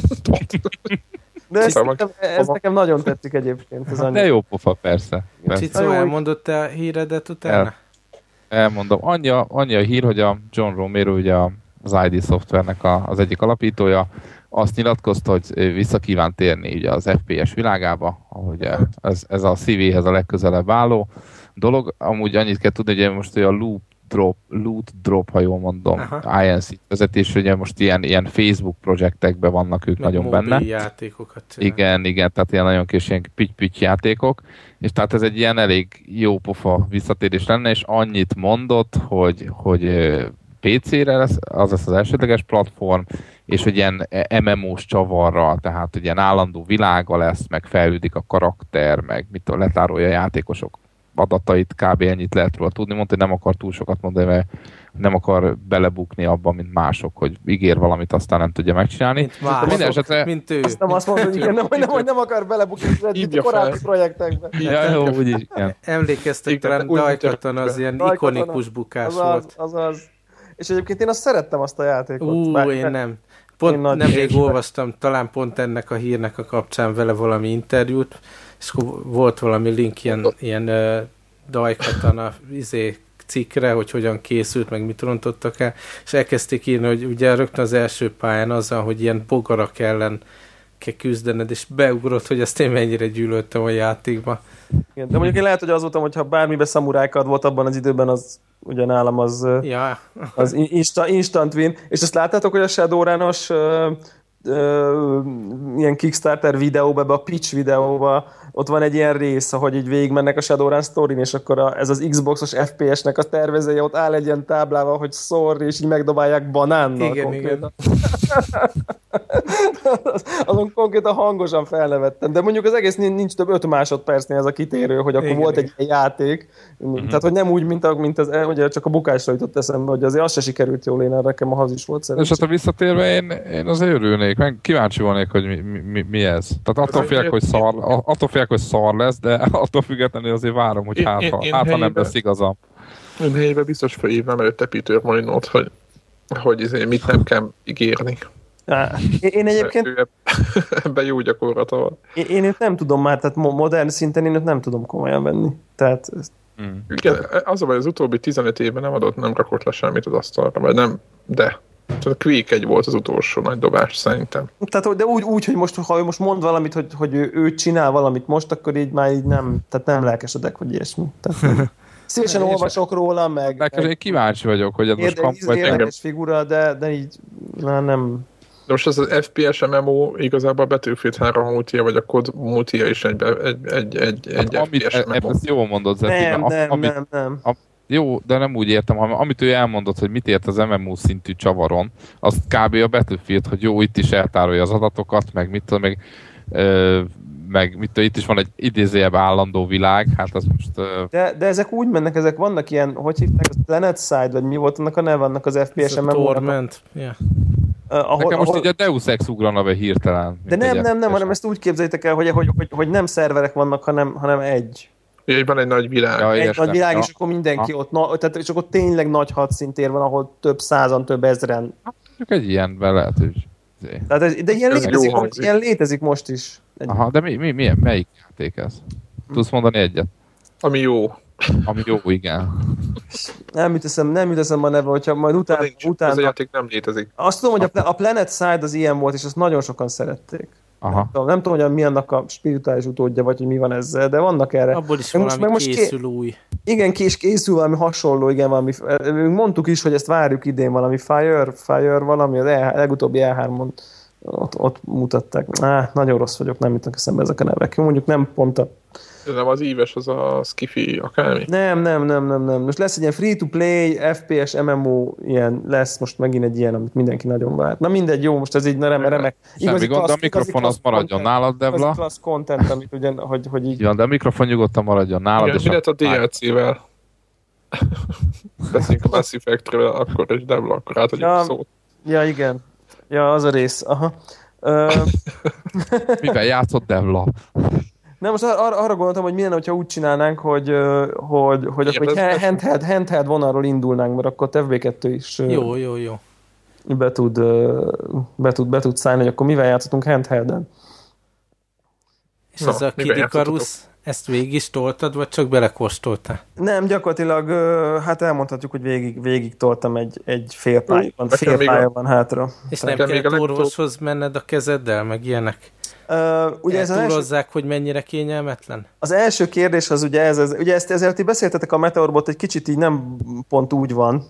De ez nekem nagyon tetszik egyébként. De jó pofa, persze. Csicó, elmondott te a híredet utána? Elmondom. Annyi a hír, hogy a John Romero, ugye az ID Software-nek az egyik alapítója, azt nyilatkozta, hogy vissza kíván térni ugye az FPS világába, ahogy ez a szívéhez a legközelebb álló dolog. Amúgy annyit kell tudni, hogy most a Loot Drop, ha jól mondom, INC vezetés, ugye most ilyen Facebook projektekben vannak ők nagyon benne. Játékokat csinál. Igen, tehát ilyen nagyon kis ilyen pitty játékok, és tehát ez egy ilyen elég jó pofa visszatérés lenne, és annyit mondott, hogy PC-re lesz, az lesz az elsődleges platform, és hogy ilyen MMO-s csavarral, tehát hogy ilyen állandó világa lesz, meg fejlődik a karakter, meg letárolja a játékosok adatait, kb. Ennyit lehet róla tudni. Mondta, hogy nem akar túl sokat mondani, mert nem akar belebukni abban, mint mások, hogy ígér valamit, aztán nem tudja megcsinálni. Mint ő. Azt nem azt mondod, hogy nem akar belebukni a korábbi projektekben. Ja, jó, úgyis, igen. Emlékeztek talán Dajkaton, az ilyen ikonikus bukás volt. Az. És egyébként én azt szerettem, azt a játékot. Én nem. Nemrég olvastam, talán pont ennek a hírnek a kapcsán vele valami interjút, és volt valami link ilyen Dajkatana cikkre, hogy hogyan készült, meg mit rontottak el, és elkezdték írni, hogy ugye rögtön az első pályán azzal, hogy ilyen bogarak ellen kell küzdened, és beugrott, hogy ezt én mennyire gyűlöltem a játékba. Igen, de mondjuk én lehet, hogy az voltam, hogyha bármiben szamurájkad volt abban az időben, az ugyanálam az instant win. És azt láttátok, hogy a Shadowrun-os ilyen Kickstarter videóba, a pitch videóba, ott van egy ilyen rész, ahogy így végigmennek a Shadowrun sztorin, és akkor ez az Xbox-os FPS-nek a tervezője ott áll egy ilyen táblával, hogy sorry, és így megdobálják banánnal. Igen. Azon konkrétan hangosan felnevettem. De mondjuk az egész nincs több 5 másodpercnél ez a kitérő, hogy akkor volt egy játék. Tehát, hogy nem úgy, mint az, ugye csak a bukásra jutott eszembe, hogy azért az se sikerült jól, én nekem a haz is volt szerencsém. És hát a visszatérve én azért örülnék, meg kíváncsi volnék, hogy mi ez. Tehát attól félek, hogy szar lesz, de attól függetlenül azért várom, hogy hát nem lesz igazam. Én helyében biztos felhívnám előtt epítőr Molinót, hogy mit nem kell ígérni. Én egyébként... Ebben jó gyakorlata van. Én őt nem tudom már, tehát modern szinten én őt nem tudom komolyan venni. Tehát... Igen, az a baj, az utóbbi 15 évben nem rakott le semmit az asztalra, vagy nem, de... Tehát a Quake 1 volt az utolsó nagy dobás, szerintem. Tehát, de úgy, hogy most, ha ő most mond valamit, hogy ő csinál valamit most, akkor így már így nem lelkesedek, hogy ilyesmi. Szívesen olvasok róla, meg én kíváncsi vagyok, hogy ez most érdekes figura, de így nem... De most az FPS MMO igazából a Battlefield 3 multia, vagy a COD multia is egy FPS MMO. Ezt jól mondod, Zeti. Nem. Jó, de nem úgy értem, hanem amit ő elmondott, hogy mit ért az MMO szintű csavaron, azt kb. A Battlefield, hogy jó, itt is eltárolja az adatokat, meg mit tudom, meg itt is van egy idézőjebb állandó világ, hát az most... De ezek úgy mennek, ezek vannak ilyen, hogy hívták, az PlanetSide, vagy mi volt annak a neve, annak az FPS MMO-nak? Torment, yeah. Nekem most így a Deus Ex ugrana be hirtelen. De nem, hanem ezt úgy képzeljétek el, hogy nem szerverek vannak, hanem egy. Ugye van egy nagy világ. Ja, egy nagy világ, és akkor mindenki ott, tehát és akkor tényleg nagy hadszíntér van, ahol több százan, több ezren. Csak egy ilyenben lehet, hogy... Tehát, de ilyen létezik most is. Aha, de melyik játék ez? Tudsz mondani egyet? Ami jó. Ami jó, igen. Nem jut eszembe a neve, hogyha majd utána... Ez a játék nem létezik. Azt tudom, hogy a Planet Side az ilyen volt, és azt nagyon sokan szerették. Aha. Nem tudom, hogy mi annak a spirituális utódja, vagy hogy mi van ezzel, de vannak erre. Abból is valami készül új. Igen, készül valami hasonló, igen, valami... Mondtuk is, hogy ezt várjuk idén valami Fire valami, az legutóbbi E3-on ott mutatták. Nagyon rossz vagyok, nem jutnak eszembe ezek a nevek. Jó, mondjuk nem pont a... Ez nem az íves, az a skifi akármi? Nem. Most lesz egy ilyen free-to-play, FPS, MMO, ilyen lesz most megint egy ilyen, amit mindenki nagyon vár. Na mindegy, jó, most ez így remek. Semmi gond, de a mikrofon az maradjon nálad, Devla. Ez klassz content, amit ugyan, hogy így... Ja, de a mikrofon nyugodtan maradjon nálad. Igen, mi lett a DLC-vel? Beszéljünk a Mass Effect-ről, akkor és Devla, akkor átadjuk a szót. Ja, igen. Ja, az a rész. Aha. Mivel játszott Devla? Nem, most arra gondoltam, hogy milyen, hogyha úgy csinálnánk, hogy akkor handheld vonalról indulnánk, mert akkor FB2 is jó. Be tud szállni, hogy akkor mivel játszottunk handhelden. És ez a Kid Icarus, ezt végig is toltad, vagy csak belekóstoltál? Nem, gyakorlatilag hát elmondhatjuk, hogy végig toltam egy fél pálya van hátra. És nem kellett orvoshoz menned a kezeddel, meg ilyenek? Ugye túlozzák, hogy mennyire kényelmetlen? Az első kérdés az ugye ez ugye ezért ti beszéltetek a Meteorbot, egy kicsit így nem pont úgy van,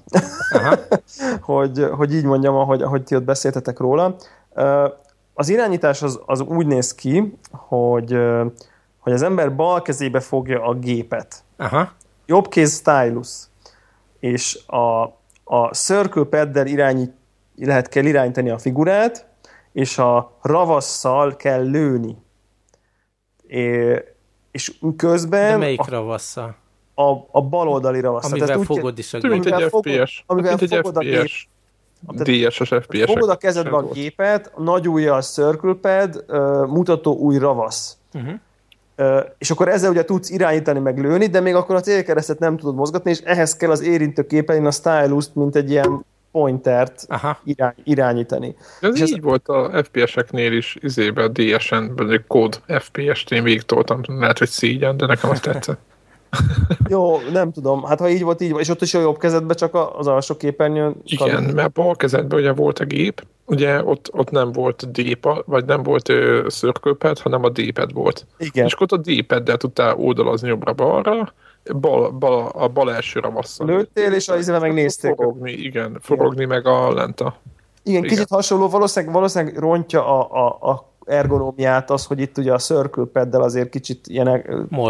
hogy így mondjam, ahogy ti ott beszéltetek róla. Az irányítás az úgy néz ki, hogy az ember bal kezébe fogja a gépet. Aha. Jobb kéz stylus. És a circle paddel kell irányítani a figurát, és a ravasszal kell lőni. És közben... De melyik ravasszal? A baloldali ravasszal. Amivel fogod is a gépet. Mint egy FPS. Amivel fogod a gép. DS-es FPS-ek. Fogod a kezedbe a gépet, nagy ujjal circle pad, mutató új ravasz. És akkor ezzel ugye tudsz irányítani, meg lőni, de még akkor a célkeresztet nem tudod mozgatni, és ehhez kell az érintő képernyőn a stylust, mint egy ilyen pointert irányítani. Ez és így volt a FPS-eknél is, a DS-en, vagy kód FPS-t én végig toltam, lehet, hogy szígyen, de nekem azt tetszett. Jó, nem tudom. Hát ha így volt, így volt. És ott is a jobb kezedben csak az alsó képernyőn. Igen, mert bal kezedben ugye volt a gép, ugye ott nem volt D-pad, vagy nem volt circle pad, hanem a D-pad volt. Igen. És ott a D-paddel tudtál oldalazni jobbra-balra, a bal első ravasszal. Lőttél, és az megnézték. Forogni meg a lenta. Igen, kicsit hasonló, valószínűleg rontja a ergonómiát az, hogy itt ugye a circle paddel azért kicsit ilyen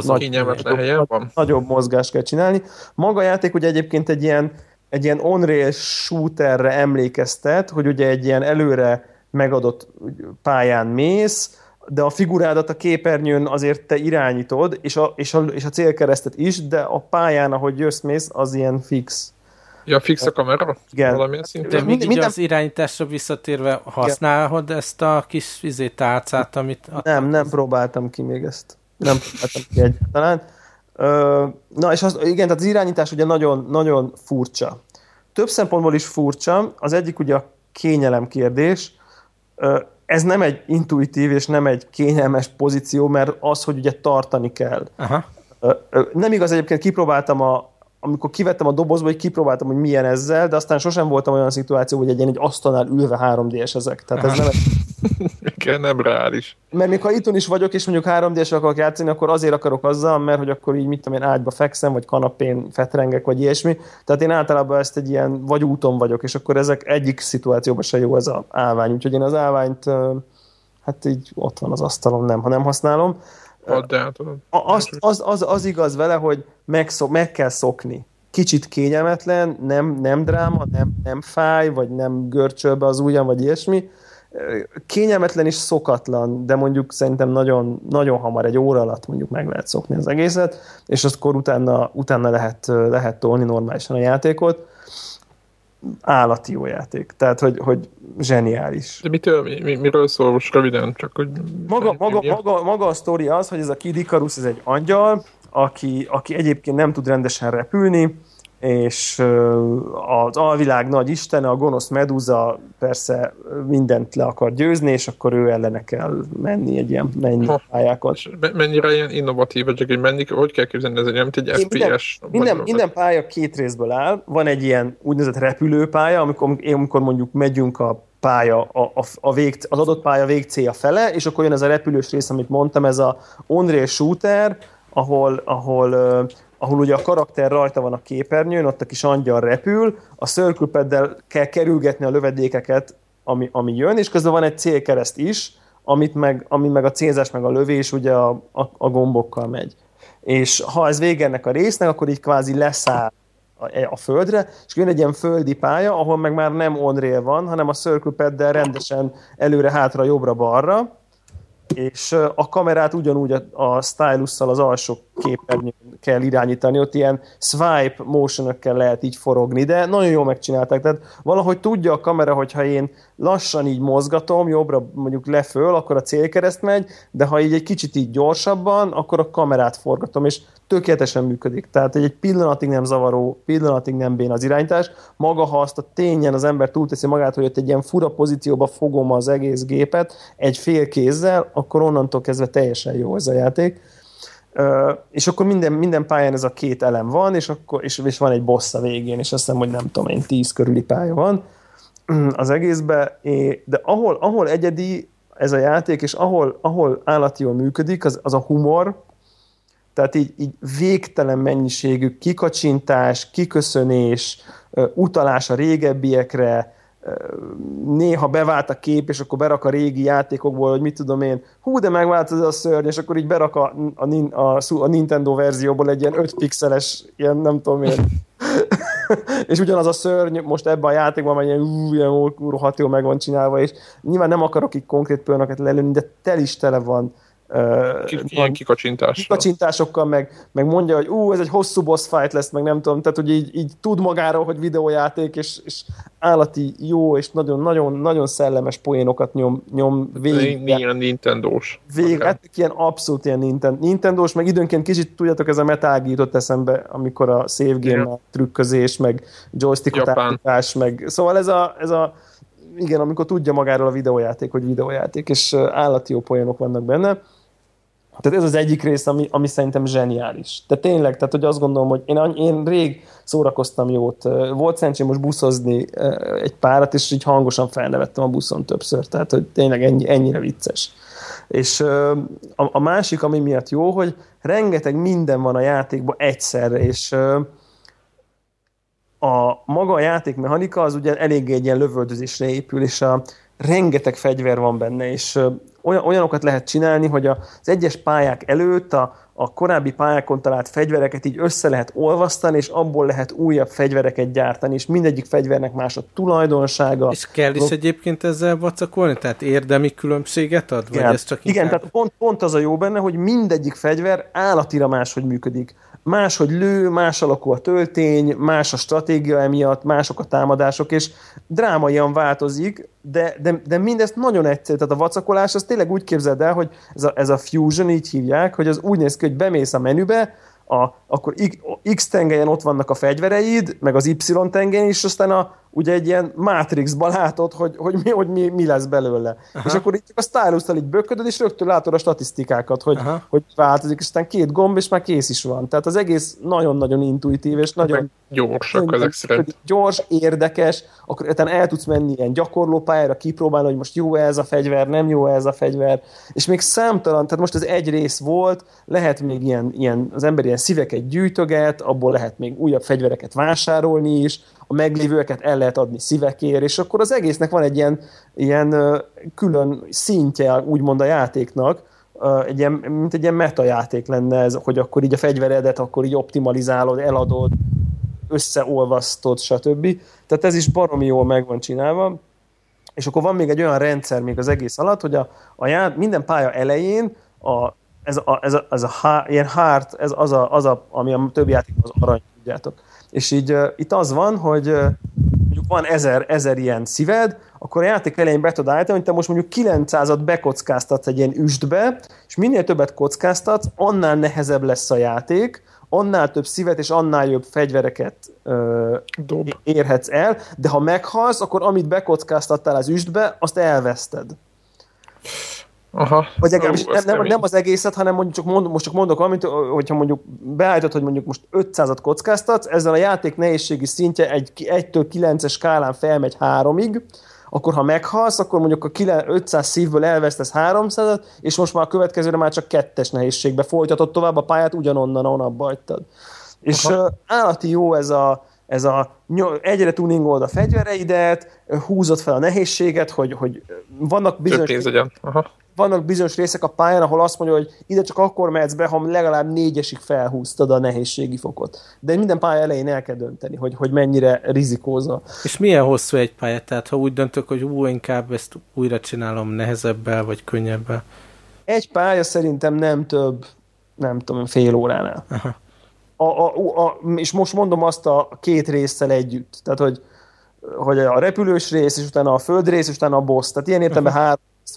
nagyobb mozgást kell csinálni. Maga a játék ugye egyébként egy ilyen on-rail shooterre emlékeztet, hogy ugye egy ilyen előre megadott pályán mész, de a figurádat a képernyőn azért te irányítod, és a célkeresztet is, de a pályán, ahogy jössz-mész, az ilyen fix. Ja, fix a kamera? Igen. Valamilyen szinten? De még az irányításra visszatérve használod ezt a kis tálcát, amit... Nem próbáltam ki még ezt. Nem próbáltam ki egyáltalán. Na, és igen, tehát az irányítás ugye nagyon, nagyon furcsa. Több szempontból is furcsa. Az egyik ugye a kényelem kérdés. Ez nem egy intuitív és nem egy kényelmes pozíció, mert az, hogy ugye tartani kell. Aha. Nem igaz, egyébként kipróbáltam amikor kivettem a dobozba, hogy kipróbáltam, hogy milyen ezzel, de aztán sosem voltam olyan szituáció, hogy egy asztalnál ülve 3D-es ezek. Tehát ez nem igen, nem reális. Mert még ha itthon is vagyok, és mondjuk 3D-esre akarok játszani, akkor azért akarok azzal, mert hogy akkor így mit tudom én, ágyba fekszem, vagy kanapén fetrengek, vagy ilyesmi. Tehát én általában ezt egy ilyen, vagy úton vagyok, és akkor ezek egyik szituációban se jó ez az állvány. Úgyhogy én az állványt, hát így ott van az asztalon, ha nem használom. Az igaz vele, hogy meg kell szokni. Kicsit kényelmetlen, nem dráma, nem fáj, vagy nem görcsöl be az ujjam, vagy ilyesmi. Kényelmetlen és szokatlan, de mondjuk szerintem nagyon, nagyon hamar, egy óra alatt mondjuk meg lehet szokni az egészet, és akkor utána lehet tolni normálisan a játékot. Állati jó játék. Tehát, hogy zseniális. De miről szól most röviden? Csak hogy maga a sztori az, hogy ez a Kid Icarus, ez egy angyal, aki egyébként nem tud rendesen repülni, és az alvilág nagy istene, a gonosz Medusa persze mindent le akar győzni, és akkor ő ellene kell menni egy ilyen pályákon. Mennyire ilyen innovatív, hogy kell képzelni, ez egy, mint egy FPS? Minden pálya 2 részből áll. Van egy ilyen úgynevezett repülőpálya, amikor mondjuk megyünk a pálya, az adott pálya végcélja fele, és akkor jön ez a repülős rész, amit mondtam, ez a Unreal Shooter, ahol ugye a karakter rajta van a képernyőn, ott a kis angyal repül, a circle paddel kell kerülgetni a lövedékeket, ami jön, és közben van egy célkereszt is, ami meg a célzás, meg a lövés ugye a gombokkal megy. És ha ez vége ennek a résznek, akkor így kvázi leszáll a földre, és jön egy ilyen földi pálya, ahol meg már nem on-rail van, hanem a circle paddel rendesen előre, hátra, jobbra, balra, és a kamerát ugyanúgy a stylusszal az alsó képernyőn kell irányítani, ott ilyen swipe motionökkel lehet így forogni, de nagyon jól megcsinálták, tehát valahogy tudja a kamera, hogyha én lassan így mozgatom, jobbra mondjuk leföl, akkor a célkereszt megy, de ha így egy kicsit így gyorsabban, akkor a kamerát forgatom, és tökéletesen működik. Tehát egy pillanatig nem zavaró, pillanatig nem bén az irányítás. Maga, ha azt a tényen az ember túlteszi magát, hogy ott egy ilyen fura pozícióba fogom az egész gépet egy fél kézzel, akkor onnantól kezdve teljesen jó ez a játék. És akkor minden pályán ez a 2 elem van, és van egy boss a végén, és azt hiszem, hogy nem tudom én, 10 körüli pálya van az egészben, de ahol egyedi ez a játék, és ahol állati jól működik, az a humor, tehát így végtelen mennyiségű kikacsintás, kiköszönés, utalás a régebbiekre, néha bevált a kép, és akkor berak a régi játékokból, hogy mit tudom én, de megvált ez a szörny, és akkor így berak a Nintendo verzióból egy ilyen 5 pixeles, ilyen nem tudom én, és ugyanaz a szörny most ebben a játékban már ilyen rohadt jól meg van csinálva, és nyilván nem akarok itt konkrét példákat lelőni, de tele van ilyen kikacsintásokkal, meg mondja, hogy ez egy hosszú boss fight lesz, meg nem tudom, tehát hogy így tud magáról, hogy videójáték, és állati jó, és nagyon szellemes poénokat nyom végig. Ilyen Nintendós. Hát ilyen abszolút ilyen Nintendós, meg időnként kicsit, tudjátok, ez a Metal Gear jutott eszembe, amikor a save game trükközés, meg joystickot állítás, meg szóval ez a igen, amikor tudja magáról a videójáték, hogy videójáték, és állati jó poénok vannak benne. Tehát ez az egyik rész, ami szerintem zseniális. De tényleg, tehát hogy azt gondolom, hogy én rég szórakoztam jót. Volt szerencsém most buszozni egy párat, és így hangosan felnevettem a buszon többször. Tehát, hogy tényleg ennyire vicces. És a másik, ami miatt jó, hogy rengeteg minden van a játékban egyszerre, és maga a játékmechanika az ugye eléggé egy ilyen lövöldözésre épül, és rengeteg fegyver van benne, és olyanokat lehet csinálni, hogy az egyes pályák előtt a korábbi pályákon talált fegyvereket így össze lehet olvasztani, és abból lehet újabb fegyvereket gyártani, és mindegyik fegyvernek más a tulajdonsága. És kell is egyébként ezzel vacakolni? Tehát érdemi különbséget ad? Vagy ez csak igen, tehát pont az a jó benne, hogy mindegyik fegyver állatira máshogy működik. Máshogy lő, más alakú a töltény, más a stratégia emiatt, mások a támadások, és drámaian változik, de mindezt nagyon egyszerű. Tehát a vacakolás, az tényleg úgy képzeld el, hogy ez a fusion, így hívják, hogy az úgy néz ki, hogy bemész a menübe, akkor X tengelyen ott vannak a fegyvereid, meg az Y tengelyen, és aztán ugye egy ilyen Matrixban látod, hogy mi lesz belőle. Aha. És akkor így a stylus-tal így böködöd, és rögtön látod a statisztikákat, hogy változik, és aztán 2 gomb, és már kész is van. Tehát az egész nagyon-nagyon intuitív, és nagyon gyorsak ezek szerint. Gyors, érdekes, akkor utána el tudsz menni ilyen gyakorlópályára, kipróbálni, hogy most jó ez a fegyver, nem jó ez a fegyver, és még számtalan, tehát most ez egy rész volt, lehet még ilyen az ember ilyen szíveket gyűjtöget, abból lehet még újabb fegyvereket vásárolni is, a meglévőeket el lehet adni szívekért, és akkor az egésznek van egy ilyen külön szintje, úgymond a játéknak, mint egy ilyen metajáték lenne ez, hogy akkor így a fegyveredet akkor így optimalizálod, eladod, összeolvasztod, stb. Tehát ez is baromi jól meg van csinálva, és akkor van még egy olyan rendszer még az egész alatt, hogy minden pálya elején ilyen heart, ez az ami a többi játékban az arany, tudjátok. És így itt az van, hogy mondjuk van 1000 ilyen szíved, akkor a játék elején be tudod állítani, hogy te most mondjuk 900-at bekockáztatsz egy ilyen üstbe, és minél többet kockáztatsz, annál nehezebb lesz a játék, annál több szívet és annál jobb fegyvereket érhetsz el, de ha meghalsz, akkor amit bekockáztattál az üstbe, azt elveszted. Aha. Vagy legalábbis nem az egészet, hanem most csak mondok valamit, hogyha mondjuk beállítod, hogy mondjuk most 500-at kockáztatsz, ezzel a játék nehézségi szintje 1-től 9-es skálán felmegy 3-ig, akkor ha meghalsz, akkor mondjuk a 500 szívből elvesztesz 300-at, és most már a következőre már csak 2-es nehézségbe folytatod tovább a pályát, ugyanonnan, ahol abba hagytad. És állati jó ez a egyre tuningold a fegyvereidet, húzod fel a nehézséget, hogy vannak bizonyos részek a pályán, ahol azt mondja, hogy ide csak akkor mehetsz be, ha legalább 4-esig felhúztad a nehézségi fokot. De minden pálya elején el kell dönteni, hogy mennyire rizikózol. És milyen hosszú egy pálya? Tehát ha úgy döntök, hogy inkább ezt újra csinálom nehezebbel, vagy könnyebbel? Egy pálya szerintem nem több, nem tudom, fél óránál. Aha. És most mondom azt a 2 résszel együtt. Tehát, hogy a repülős rész, és utána a földrész, és utána a boss. Tehát ilyen értelemben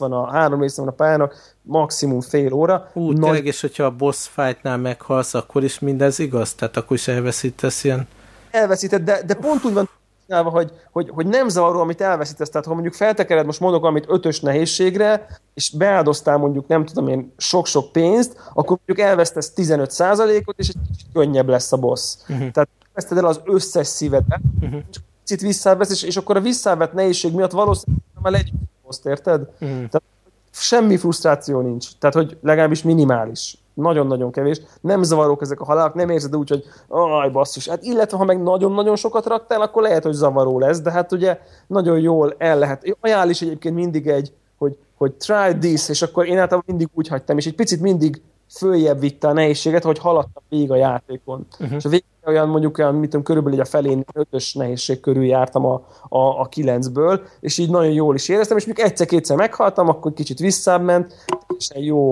3 része van a pályának, maximum fél óra. Tényleg, és hogyha a boss fightnál meghalsz, akkor is mindez igaz? Tehát akkor is elveszítesz ilyen? Elveszíted, de pont úgy van csinálva, hogy nem zavaró, amit elveszítesz. Tehát ha mondjuk feltekered, most mondok valamit 5-ös nehézségre, és beáldoztál mondjuk, nem tudom én, sok-sok pénzt, akkor mondjuk elvesztesz 15%-ot, és egy kicsit könnyebb lesz a boss. Tehát veszted el az összes szívedet, csak picit visszavesz, és akkor a visszavett nehézség miatt valószínűleg már legyünk boss-t, érted? Tehát semmi frusztráció nincs. Tehát, hogy legalábbis minimális. Nagyon-nagyon kevés. Nem zavarók ezek a halálok, nem érzed úgy, hogy aj, basszus. Hát illetve, ha meg nagyon-nagyon sokat raktál, akkor lehet, hogy zavaró lesz, de hát ugye nagyon jól el lehet. Ajánl is egyébként mindig hogy try this, és akkor én általában mindig úgy hagytam, és egy picit mindig följebb vitte a nehézséget, hogy haladtam végig a játékon. És a végén olyan mondjuk mit tudom, körülbelül a felén 5-ös nehézség körül jártam a 9-ből, és így nagyon jól is éreztem, és mondjuk egyszer-kétszer meghaltam, akkor kicsit visszább-ment, és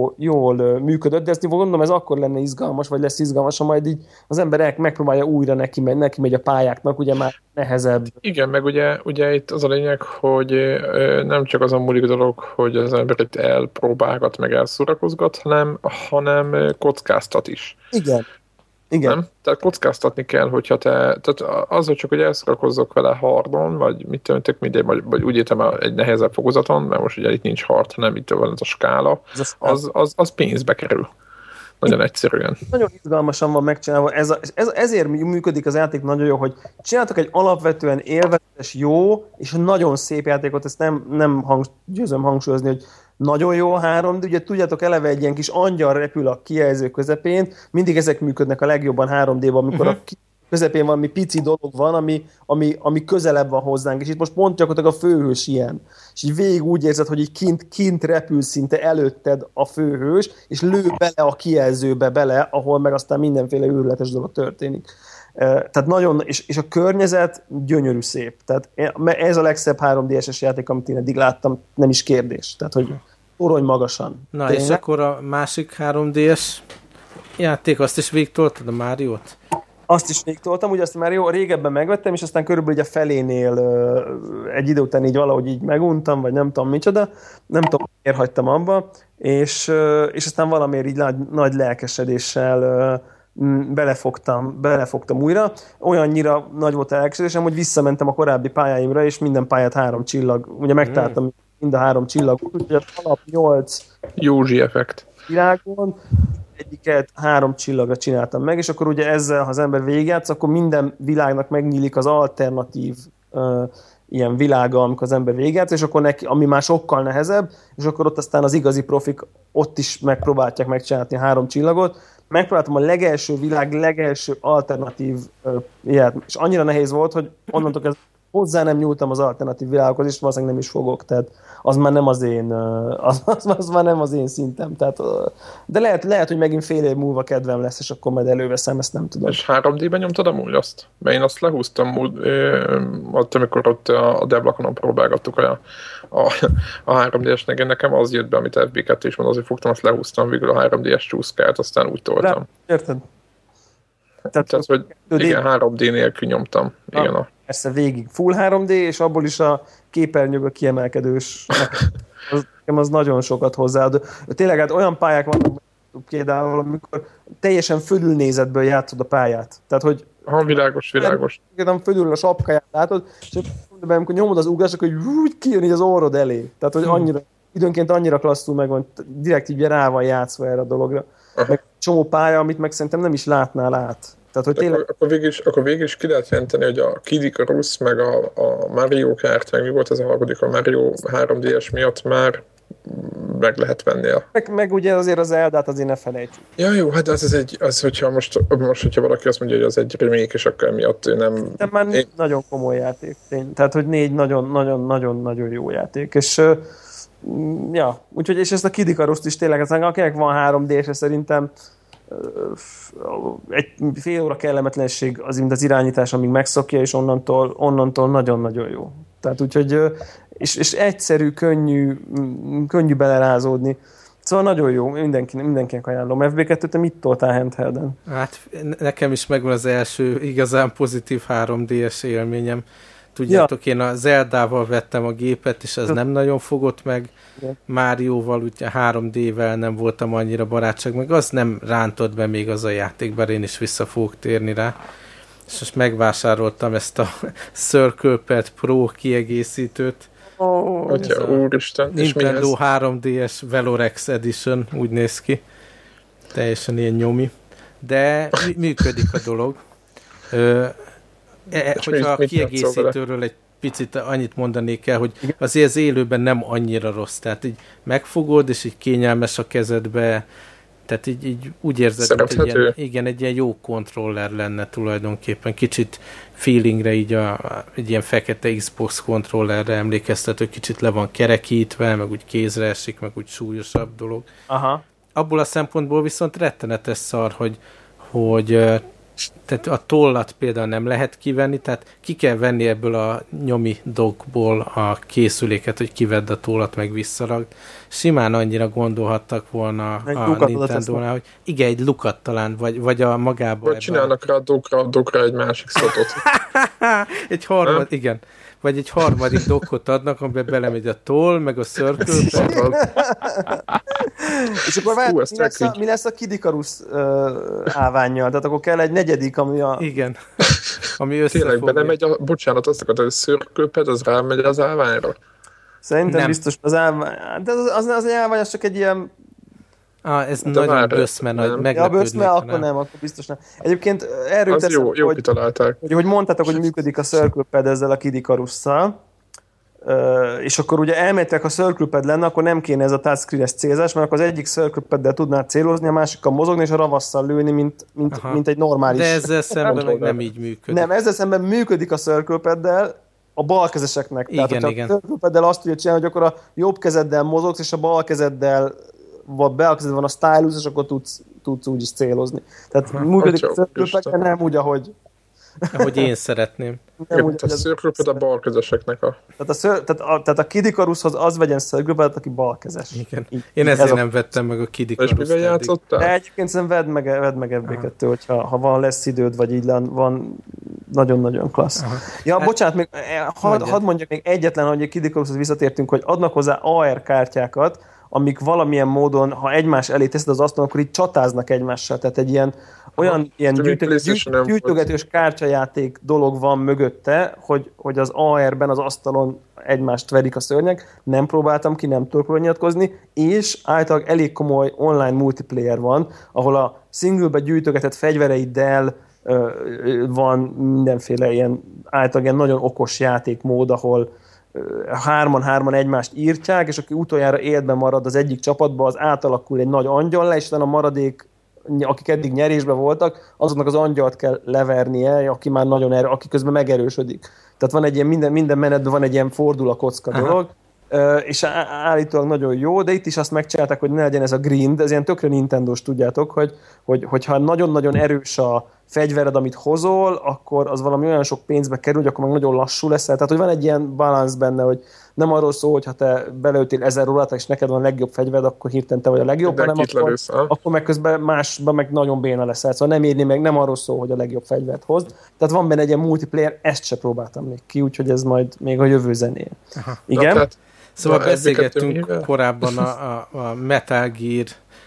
jól működött, de ezt gondolom, ez akkor lenne izgalmas, vagy lesz izgalmas, ha majd így az ember megpróbálja újra neki megy a pályáknak, ugye már nehezebb. Igen, meg ugye itt az a lényeg, hogy nem csak azon múlik dolog, hogy az ember itt elpróbálgat, meg elszórakozgat, hanem kockáztat is. Igen. Nem? Tehát kockáztatni kell, hogyha tehát azzal csak, hogy elszórakozzak vele hardon, vagy mit tök mindegy, vagy úgy értem egy nehezebb fokozaton, mert most ugye itt nincs hard, hanem itt van ez a skála, az pénzbe kerül. Nagyon egyszerűen. Nagyon izgalmasan van megcsinálva. Ezért működik az játék nagyon jó, hogy csináltak egy alapvetően élvezetes, jó és nagyon szép játékot, ezt nem győzöm hangsúlyozni, hogy nagyon jó a 3D, de ugye tudjátok, eleve egy ilyen kis angyal repül a kijelző közepén, mindig ezek működnek a legjobban 3D-ban, amikor a közepén valami pici dolog van, ami közelebb van hozzánk, és itt most pont gyakorlatilag a főhős ilyen. És így végig úgy érzed, hogy így kint repül szinte előtted a főhős, és lő bele a kijelzőbe bele, ahol meg aztán mindenféle őrületes dolog történik. Tehát nagyon, és a környezet gyönyörű szép. Tehát ez a legszebb 3DS-es játék, amit én eddig láttam, nem is kérdés. Tehát, hogy torony magasan. Na, tényleg? És akkor a másik 3DS játék, azt is végigtoltad, a Máriót? Azt is végigtoltam, ugye azt már régebben megvettem, és aztán körülbelül a felénél egy idő után így valahogy így meguntam, vagy nem tudom micsoda, nem tudom, miért hagytam abba, és aztán valamiért így nagy lelkesedéssel belefogtam újra. Olyannyira nagy volt a lelkesedésem, hogy visszamentem a korábbi pályáimra, és minden pályát 3 csillag, ugye megtaláltam mind a 3 csillagot, úgyhogy az alap 8 Józsi effekt világon, egyiket 3 csillagra csináltam meg, és akkor ugye ezzel, ha az ember végigjátsz, akkor minden világnak megnyílik az alternatív ilyen világa, amikor az ember végigjátsz, és akkor neki, ami már sokkal nehezebb, és akkor ott aztán az igazi profik ott is megpróbálják megcsinálni 3 csillagot. Megpróbáltam a legelső világ, legelső alternatív ilyet, és annyira nehéz volt, hogy onnantól kezdve hozzá nem nyúltam az alternatív világokhoz, és valószínűleg nem is fogok, tehát az már nem az én, az már nem az én szintem, tehát, de lehet, hogy megint fél év múlva kedvem lesz, és akkor majd előveszem, ezt nem tudom. És 3D-ben nyomtad amúgy azt? Mert én azt lehúztam, amikor ott a Deblakonon próbálgattuk a 3D-esnek, nekem az jött be, amit FB2 is mondott, hogy fogtam, azt lehúztam végül a 3D-es csúszkát, aztán úgy toltam. Érted? Tehát hogy igen, 3D nélkül nyomtam. Igen, persze végig full 3D, és abból is a képernyőből kiemelkedős. Az nagyon sokat hozzáad. Tényleg hát olyan pályák vannak például, amikor teljesen fölülnézetből játszod a pályát. Tehát, hogy világos. Fölül a sapkáját látod, és amikor nyomod az ugrás, akkor úgy kijön így az orrod elé. Tehát, hogy annyira, időnként annyira klasszul megvan, direkt így rá van játszva erre a dologra. Meg csomó pálya, amit meg szerintem nem is látnál át. Tehát, hogy tényleg... akkor végül is ki lehet jelenteni, hogy a Kid Icarus, meg a Mario Kart, meg mi volt ez a harmadik, a Mario 3DS miatt már meg lehet venni meg ugye azért az Eldát azért ne felejtsük. Ja, jó, hát hogyha hogyha valaki azt mondja, hogy az egy remake, és akkor emiatt ő nem... De már nagyon komoly játék. Tehát, hogy 4 nagyon jó játék. És úgyhogy és ezt a Kid Icarust is tényleg, akinek van 3D-se szerintem egy fél óra kellemetlenség az irányítás, amíg megszokja, és onnantól nagyon-nagyon jó. Tehát úgyhogy és egyszerű, könnyű belerázódni. Szóval nagyon jó, mindenkinek ajánlom. FB2, te mit toltál handhelden? Hát nekem is megvan az első igazán pozitív 3D-es élményem. Tudjátok, én a Zeldával vettem a gépet, és ez nem nagyon fogott meg. Márióval, ugye 3D-vel nem voltam annyira barátság, meg az nem rántott be még az a játék, bár én is vissza fogok térni rá. És most megvásároltam ezt a Circle Pad Pro kiegészítőt. Úristen. Nintendo 3DS Velorex Edition, úgy néz ki. Teljesen ilyen nyomi. De működik a dolog. Hogyha a kiegészítőről egy picit annyit mondanék el, hogy azért az élőben nem annyira rossz. Tehát így megfogod, és így kényelmes a kezedbe. Tehát így úgy érzed, hogy egy ilyen jó kontroller lenne tulajdonképpen. Kicsit feelingre így egy ilyen fekete Xbox kontrollerre emlékeztető, kicsit le van kerekítve, meg úgy kézre esik, meg úgy súlyosabb dolog. Aha. Abból a szempontból viszont rettenetes szar, hogy tehát a tollat például nem lehet kivenni, tehát ki kell venni ebből a nyomi dockból a készüléket, hogy kivedd a tollat, meg visszaragd. Simán annyira gondolhattak volna a Nintendo-nál, hogy igen, egy lukat talán, vagy a magába... Vagy csinálnak rá a dockra egy másik slotot. Igen. Vagy egy harmadik dockot adnak, amiben belemegy a toll, meg a Circle. És akkor mi lesz a Kid Icarus állvánnyal? Tehát akkor kell egy negyedik, ami a... Igen. Ami összefogja. Tényleg benemegy bocsánat, azt akarod, hogy a Circle Pad az rámegy az állványra? Szerintem nem. Biztos az állvány... De az állvány az csak egy ilyen... Ez de nagyon böszme, nagy meglepődnék. A böszme, akkor nem, akkor biztos nem. Egyébként erről az teszem, jó kitalálták. Hogy mondtátok, hogy működik a Circle Pad ezzel a Kid Icarusszal, és akkor ugye elméletileg, ha Circle Pad lenne, akkor nem kéne ez a touchscreen-es célzás, mert akkor az egyik Circle Paddel tudnád célozni, a másikkal mozogni, és a ravasszal lőni, mint egy normális... De ezzel szemben meg nem így működik. Nem, ezzel szemben működik a Circle Paddel a balkezeseknek. Igen, tehát, igen. A Circle Paddel azt tudja csinálni, hogy akkor a jobb kezeddel mozogsz, és a bal kezeddel van a stylus, és akkor tudsz úgy is célozni. Tehát működik a Circle Pad, nem úgy, ahogy én szeretném. Nem úgy, a Circle Pad a balkezeseknek Tehát a Kid Icarushoz az vegyen Circle Pad, aki balkezes. Igen. Én ezért nem vettem meg a Kid Icarust. És mivel játszottál? De egyébként szerintem vedd meg FB2, hogyha lesz időd, vagy így van nagyon-nagyon klassz. Aha. Ja, bocsánat, még hadd mondjak még egyetlen, hogy a Kid Icarushoz visszatértünk, hogy adnak hozzá AR kártyákat, amik valamilyen módon, ha egymás elé teszed az asztalon, akkor így csatáznak egymással. Tehát egy ilyen gyűjtögetős kártyajáték dolog van mögötte, hogy az AR-ben az asztalon egymást verik a szörnyek. Nem próbáltam ki, nem tudok róla nyilatkozni, és általában elég komoly online multiplayer van, ahol a singlebe gyűjtögetett fegyvereiddel van mindenféle ilyen általában ilyen nagyon okos játékmód, ahol hárman egymást írtják, és aki utoljára életben marad az egyik csapatban, az átalakul egy nagy angyallá, és utána a maradék, akik eddig nyerésben voltak, azoknak az angyalt kell levernie, aki már nagyon aki közben megerősödik. Tehát van egy ilyen, minden menetben van egy ilyen fordul a kocka dolog, és állítólag nagyon jó, de itt is azt megcsinálták, hogy ne legyen ez a grind, ez ilyen tökre Nintendo-s, tudjátok, hogyha nagyon-nagyon erős a fegyvered, amit hozol, akkor az valami olyan sok pénzbe kerül, hogy akkor meg nagyon lassú leszel. Tehát, hogy van egy ilyen balansz benne, hogy nem arról szól, hogy ha te beleütél 1000 rólát, és neked van a legjobb fegyvered, akkor hirtelen te vagy a legjobb, hanem akkor meg közben másban meg nagyon béna leszel. Szóval nem érni meg, nem arról szól, hogy a legjobb fegyvert hozd. Tehát van benne egy ilyen multiplayer, ezt se próbáltam még ki, úgyhogy ez majd még a jövő zenéje. Igen? Na, szóval beszélgettünk korábban a Metal Gear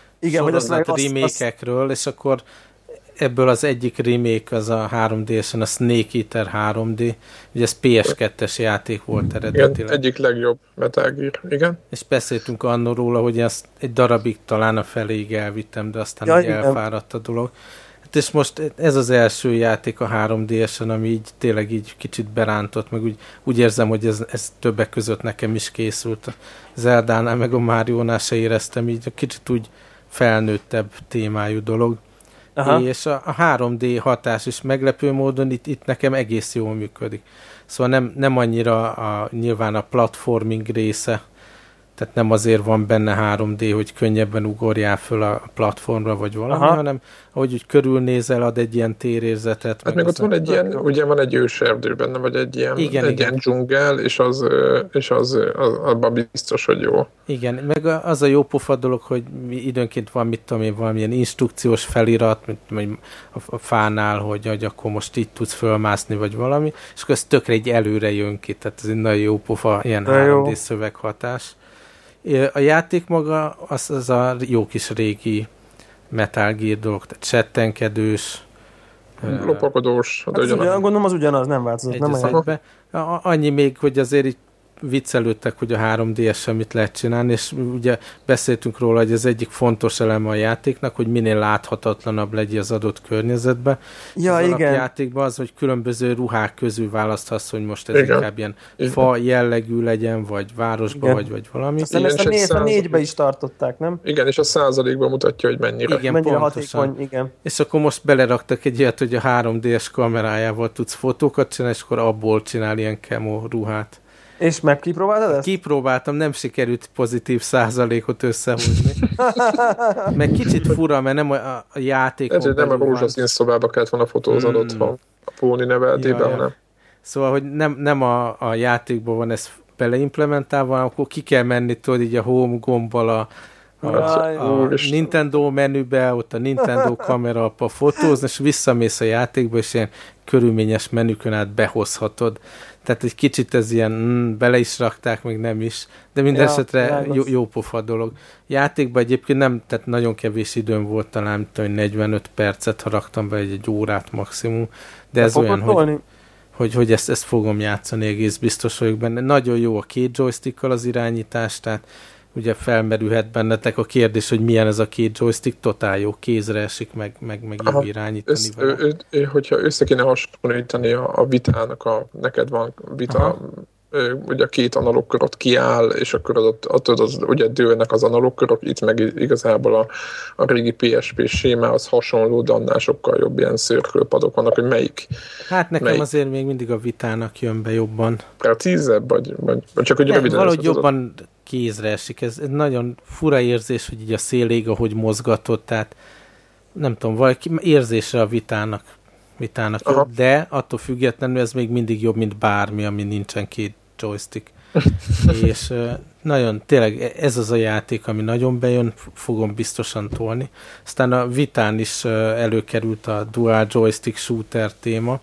remake-ekről, és akkor ebből az egyik remake az a 3D-esen, a Snake Eater 3D, ugye ez PS2-es játék volt eredetileg. Igen, egyik legjobb Metal Gear, igen. És beszéltünk annól róla, hogy ezt egy darabig talán a feléig elvittem, de aztán így elfáradt a dolog. Hát és most ez az első játék a 3D-esen, ami így tényleg így kicsit berántott, meg úgy érzem, hogy ez többek között nekem is készült. A Zeldánál meg a Máriónál se éreztem, így kicsit úgy felnőttebb témájú dolog. Aha. És a 3D hatás is meglepő módon itt nekem egész jól működik. Szóval nem annyira nyilván a platforming része, tehát nem azért van benne 3D, hogy könnyebben ugorjál föl a platformra, vagy valami, hanem ahogy úgy körülnézel, ad egy ilyen térérzetet. Hát meg ott van egy ilyen, ugye van egy őserdő benne, vagy egy ilyen, ilyen dzsungel, és az abban biztos, hogy jó. Igen, meg az a jó pofa dolog, hogy időnként van, mit tudom én, valamilyen instrukciós felirat, mint a fánál, hogy akkor most itt tudsz fölmászni, vagy valami, és akkor ez tökre így előre jön ki, tehát ez egy nagyon jó pofa, ilyen 3D szöveghatás. A játék maga az a jó kis régi Metal Gear dolog, tehát csettenkedős, lopakodós. Hát gondolom az ugyanaz, nem változott. Nem annyi még, hogy azért így viccelődtek, hogy a 3D-essel mit lehet csinálni, és ugye beszéltünk róla, hogy az egyik fontos eleme a játéknak, hogy minél láthatatlanabb legyen az adott környezetben. Ja, az igen. alapjátékban az, hogy különböző ruhák közül választhatsz, hogy most ez inkább ilyen fa jellegű legyen, vagy városba, vagy valami. Aztán ezt a 4-be is tartották, nem? Igen, és a százalékban mutatja, hogy mennyire hatékony, igen. És akkor most beleraktak egy ilyet, hogy a 3D-es kamerájával tudsz fotókat csinálni, és akkor abból csinál ilyen kemo ruhát. És meg kipróbáltad ezt? Kipróbáltam, nem sikerült pozitív százalékot összehozni. Meg kicsit fura, mert nem a játékon belül nem a rózsaszín szobába kellett volna fotózod otthon a Póni neveltében, hanem. Szóval, hogy nem a játékban van ez beleimplementálva, akkor ki kell menni, tudod, így a home gombbal a Nintendo menübe, ott a Nintendo kamera a fotózni, és visszamész a játékba, és ilyen körülményes menükön át behozhatod. Tehát egy kicsit ez ilyen bele is rakták, meg nem is, de minden esetre jó pofa dolog. Játékban egyébként nem, tehát nagyon kevés időm volt, talán 45 percet, ha raktam be egy órát maximum, de ez olyan, hogy ezt fogom játszani, egész biztos vagyok benne. Nagyon jó a 2 joystickkal az irányítás, tehát ugye felmerülhet bennetek a kérdés, hogy milyen ez a 2 joystick, totál jó, kézre esik, meg jó irányítani vele. Hogyha össze kéne hasonlítani a vitának, neked van vita, ugye a 2 analóg köröt kiáll, és akkor ugye dőlnek az analóg körök, itt meg igazából a régi PSP sémához hasonló, de annál sokkal jobb ilyen szörkölpadok vannak, hogy melyik. Hát nekem azért még mindig a vitának jön be jobban. Precízebb, vagy csak hogy röviden. Valahogy jobban kézre esik. Ez nagyon fura érzés, hogy így a szélig, ahogy mozgatott, tehát nem tudom, valaki érzésre a vitának jobb, de attól függetlenül ez még mindig jobb, mint bármi, ami nincsen 2 joystick. És nagyon, tényleg ez az a játék, ami nagyon bejön, fogom biztosan tolni. Aztán a vitán is előkerült a dual joystick shooter téma.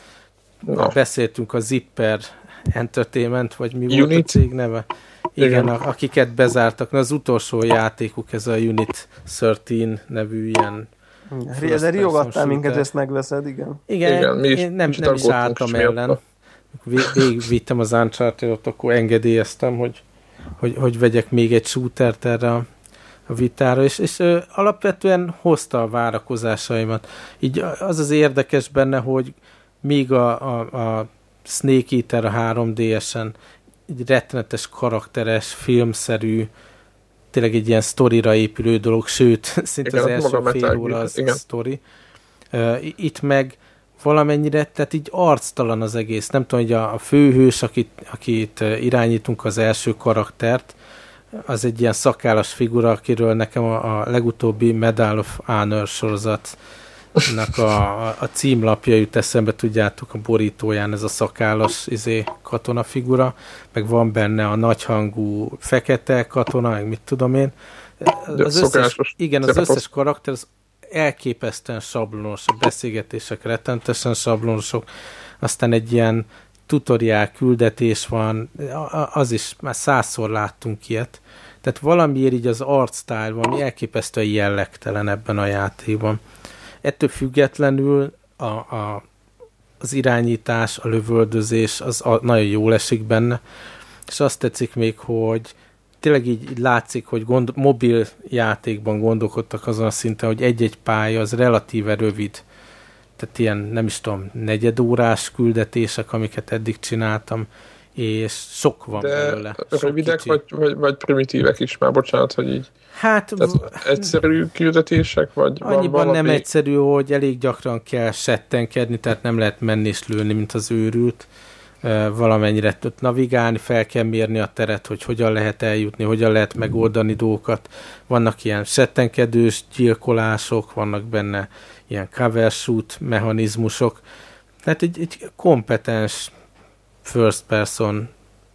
Beszéltünk a Zipper Entertainment, vagy mi volt a cég neve? Igen, akiket bezártak. Az utolsó játékuk, ez a Unit 13 nevű ilyen de riogattál minket, ezt megveszed, igen. Igen, én nem is álltam ellen. Végigvittem az Uncharted-ot, akkor engedélyeztem, hogy vegyek még egy shootert erre a vitára, és alapvetően hozta a várakozásaimat. Így az érdekes benne, hogy míg a Snake Eater a 3DS-en egy rettenetes karakteres, filmszerű, tényleg egy ilyen sztorira épülő dolog, sőt, szinte az első fél óra az sztori. Itt meg valamennyire, tehát így arctalan az egész. Nem tudom, hogy a főhős, akit irányítunk, az első karaktert, az egy ilyen szakállas figura, akiről nekem a legutóbbi Medal of Honor sorozat a címlapja jut eszembe, tudjátok, a borítóján ez a szakállas katonafigura, meg van benne a nagyhangú fekete katona, meg mit tudom én. Az összes karakter az elképesztően sablonos, a beszélgetések rettentesen sablonosok, aztán egy ilyen tutoriál küldetés van, az is már 100-szor láttunk ilyet. Tehát valamiért így az art style valami elképesztően jellegtelen ebben a játékban. Ettől függetlenül az irányítás, a lövöldözés az nagyon jól esik benne, és azt tetszik még, hogy tényleg így látszik, hogy mobil játékban gondolkodtak azon a szinten, hogy egy-egy pálya az relatíve rövid. Tehát ilyen, nem is tudom, negyedórás küldetések, amiket eddig csináltam, és sok van belőle. De rövidek vagy primitívek is már, bocsánat, hogy így. Hát egyszerű küldetések, vagy annyiban nem egyszerű, hogy elég gyakran kell settenkedni, tehát nem lehet menni és lőni, mint az őrült. Valamennyire ott navigálni, fel kell mérni a teret, hogy hogyan lehet eljutni, hogyan lehet megoldani dolgokat. Vannak ilyen settenkedős gyilkolások, vannak benne ilyen cover shoot mechanizmusok. Tehát egy kompetens third person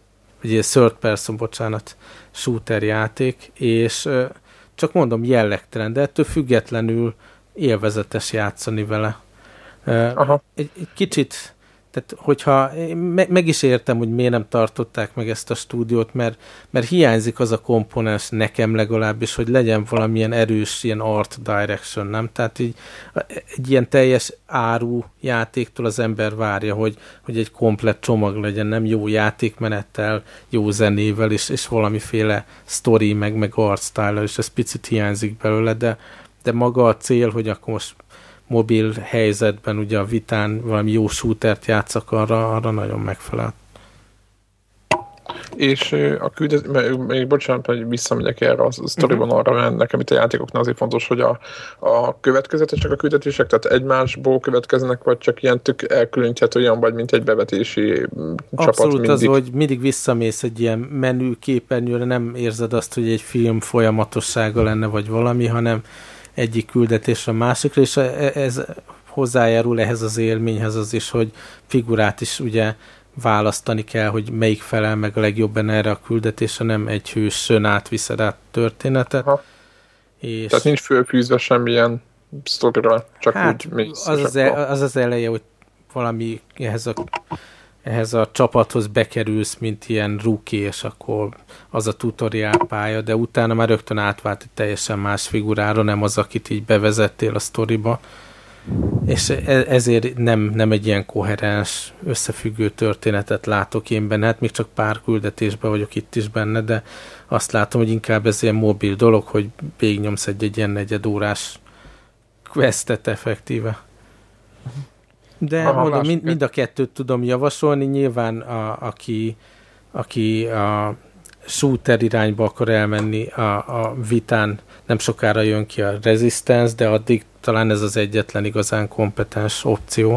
shooter játék, és csak mondom jellegtelen, de ettől függetlenül élvezetes játszani vele. Egy kicsit, tehát hogyha meg is értem, hogy miért nem tartották meg ezt a stúdiót, mert hiányzik az a komponens nekem legalábbis, hogy legyen valamilyen erős ilyen art direction, nem? Tehát így egy ilyen teljes áru játéktól az ember várja, hogy egy komplett csomag legyen, nem jó játékmenettel, jó zenével, és valamiféle story, meg art style-el, és ez picit hiányzik belőle, de maga a cél, hogy akkor most mobil helyzetben ugye a vitán valami jó shootert játszak, arra nagyon megfelel. És a küldetés, még bocsánat, hogy visszamegyek erre a sztoriban arra, mert nekem itt a játékoknál azért fontos, hogy a következetesek a küldetések, tehát egymásból következnek, vagy csak ilyen tök elkülöníthető olyan vagy, mint egy bevetési csapat. Abszolút az, hogy mindig visszamész egy ilyen menü képernyőre, nem érzed azt, hogy egy film folyamatossága lenne, vagy valami, hanem egyik küldetésre a másikra, és ez hozzájárul ehhez az élményhez az is, hogy figurát is ugye választani kell, hogy melyik felel meg a legjobban erre a küldetésre, nem egy hősön átviszed át történetet. És tehát nincs fölfűzve semmilyen sztorira, csak hát úgy mész. Az eleje, hogy valami ehhez a csapathoz bekerülsz, mint ilyen rookie, és akkor az a tutoriál pálya, de utána már rögtön átvált egy teljesen más figurára, nem az, akit így bevezettél a sztoriba. És ezért nem egy ilyen koherens, összefüggő történetet látok én benne. Hát még csak pár küldetésben vagyok itt is benne, de azt látom, hogy inkább ez ilyen mobil dolog, hogy végignyomsz egy ilyen negyedórás questet effektíve. De mondom, mind a kettőt tudom javasolni. Nyilván aki a shooter irányba akar elmenni, a vitán nem sokára jön ki a Resistance, de addig talán ez az egyetlen igazán kompetens opció.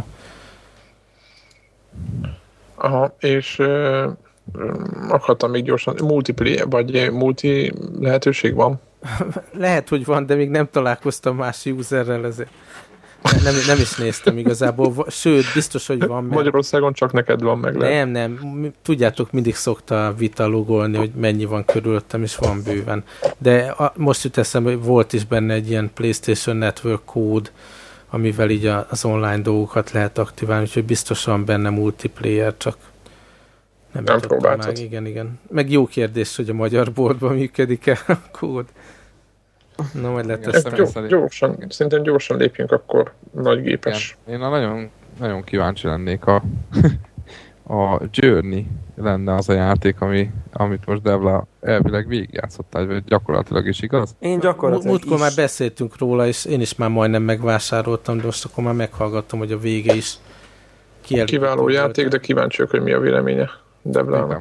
Aha, és akartam még gyorsan, multiplayer, vagy multi lehetőség van? Lehet, hogy van, de még nem találkoztam más userrel, ezért nem is néztem igazából. Sőt, biztos, hogy van. Magyarországon csak neked van meg. Nem. Tudjátok, mindig szokta vitalogolni, hogy mennyi van körülöttem, és van bőven. De most jut eszembe, hogy volt is benne egy ilyen PlayStation Network kód, amivel így az online dolgokat lehet aktiválni, úgyhogy biztosan benne multiplayer, csak nem próbáltad. Igen. Meg jó kérdés, hogy a magyar boltban működik-e a kód. Na, majd leteszem. Szerintem gyorsan lépjünk akkor nagygépes. Én nagyon, nagyon kíváncsi lennék a Journey lenne az a játék, amit most Devla elvileg végigjátszottál, vagy gyakorlatilag is igaz? Én gyakorlatilag múltkor már beszéltünk róla, és én is már majdnem megvásároltam, de most akkor már meghallgattam, hogy a vége is kiváló játék, de kíváncsiak, hogy mi a véleménye Devlának.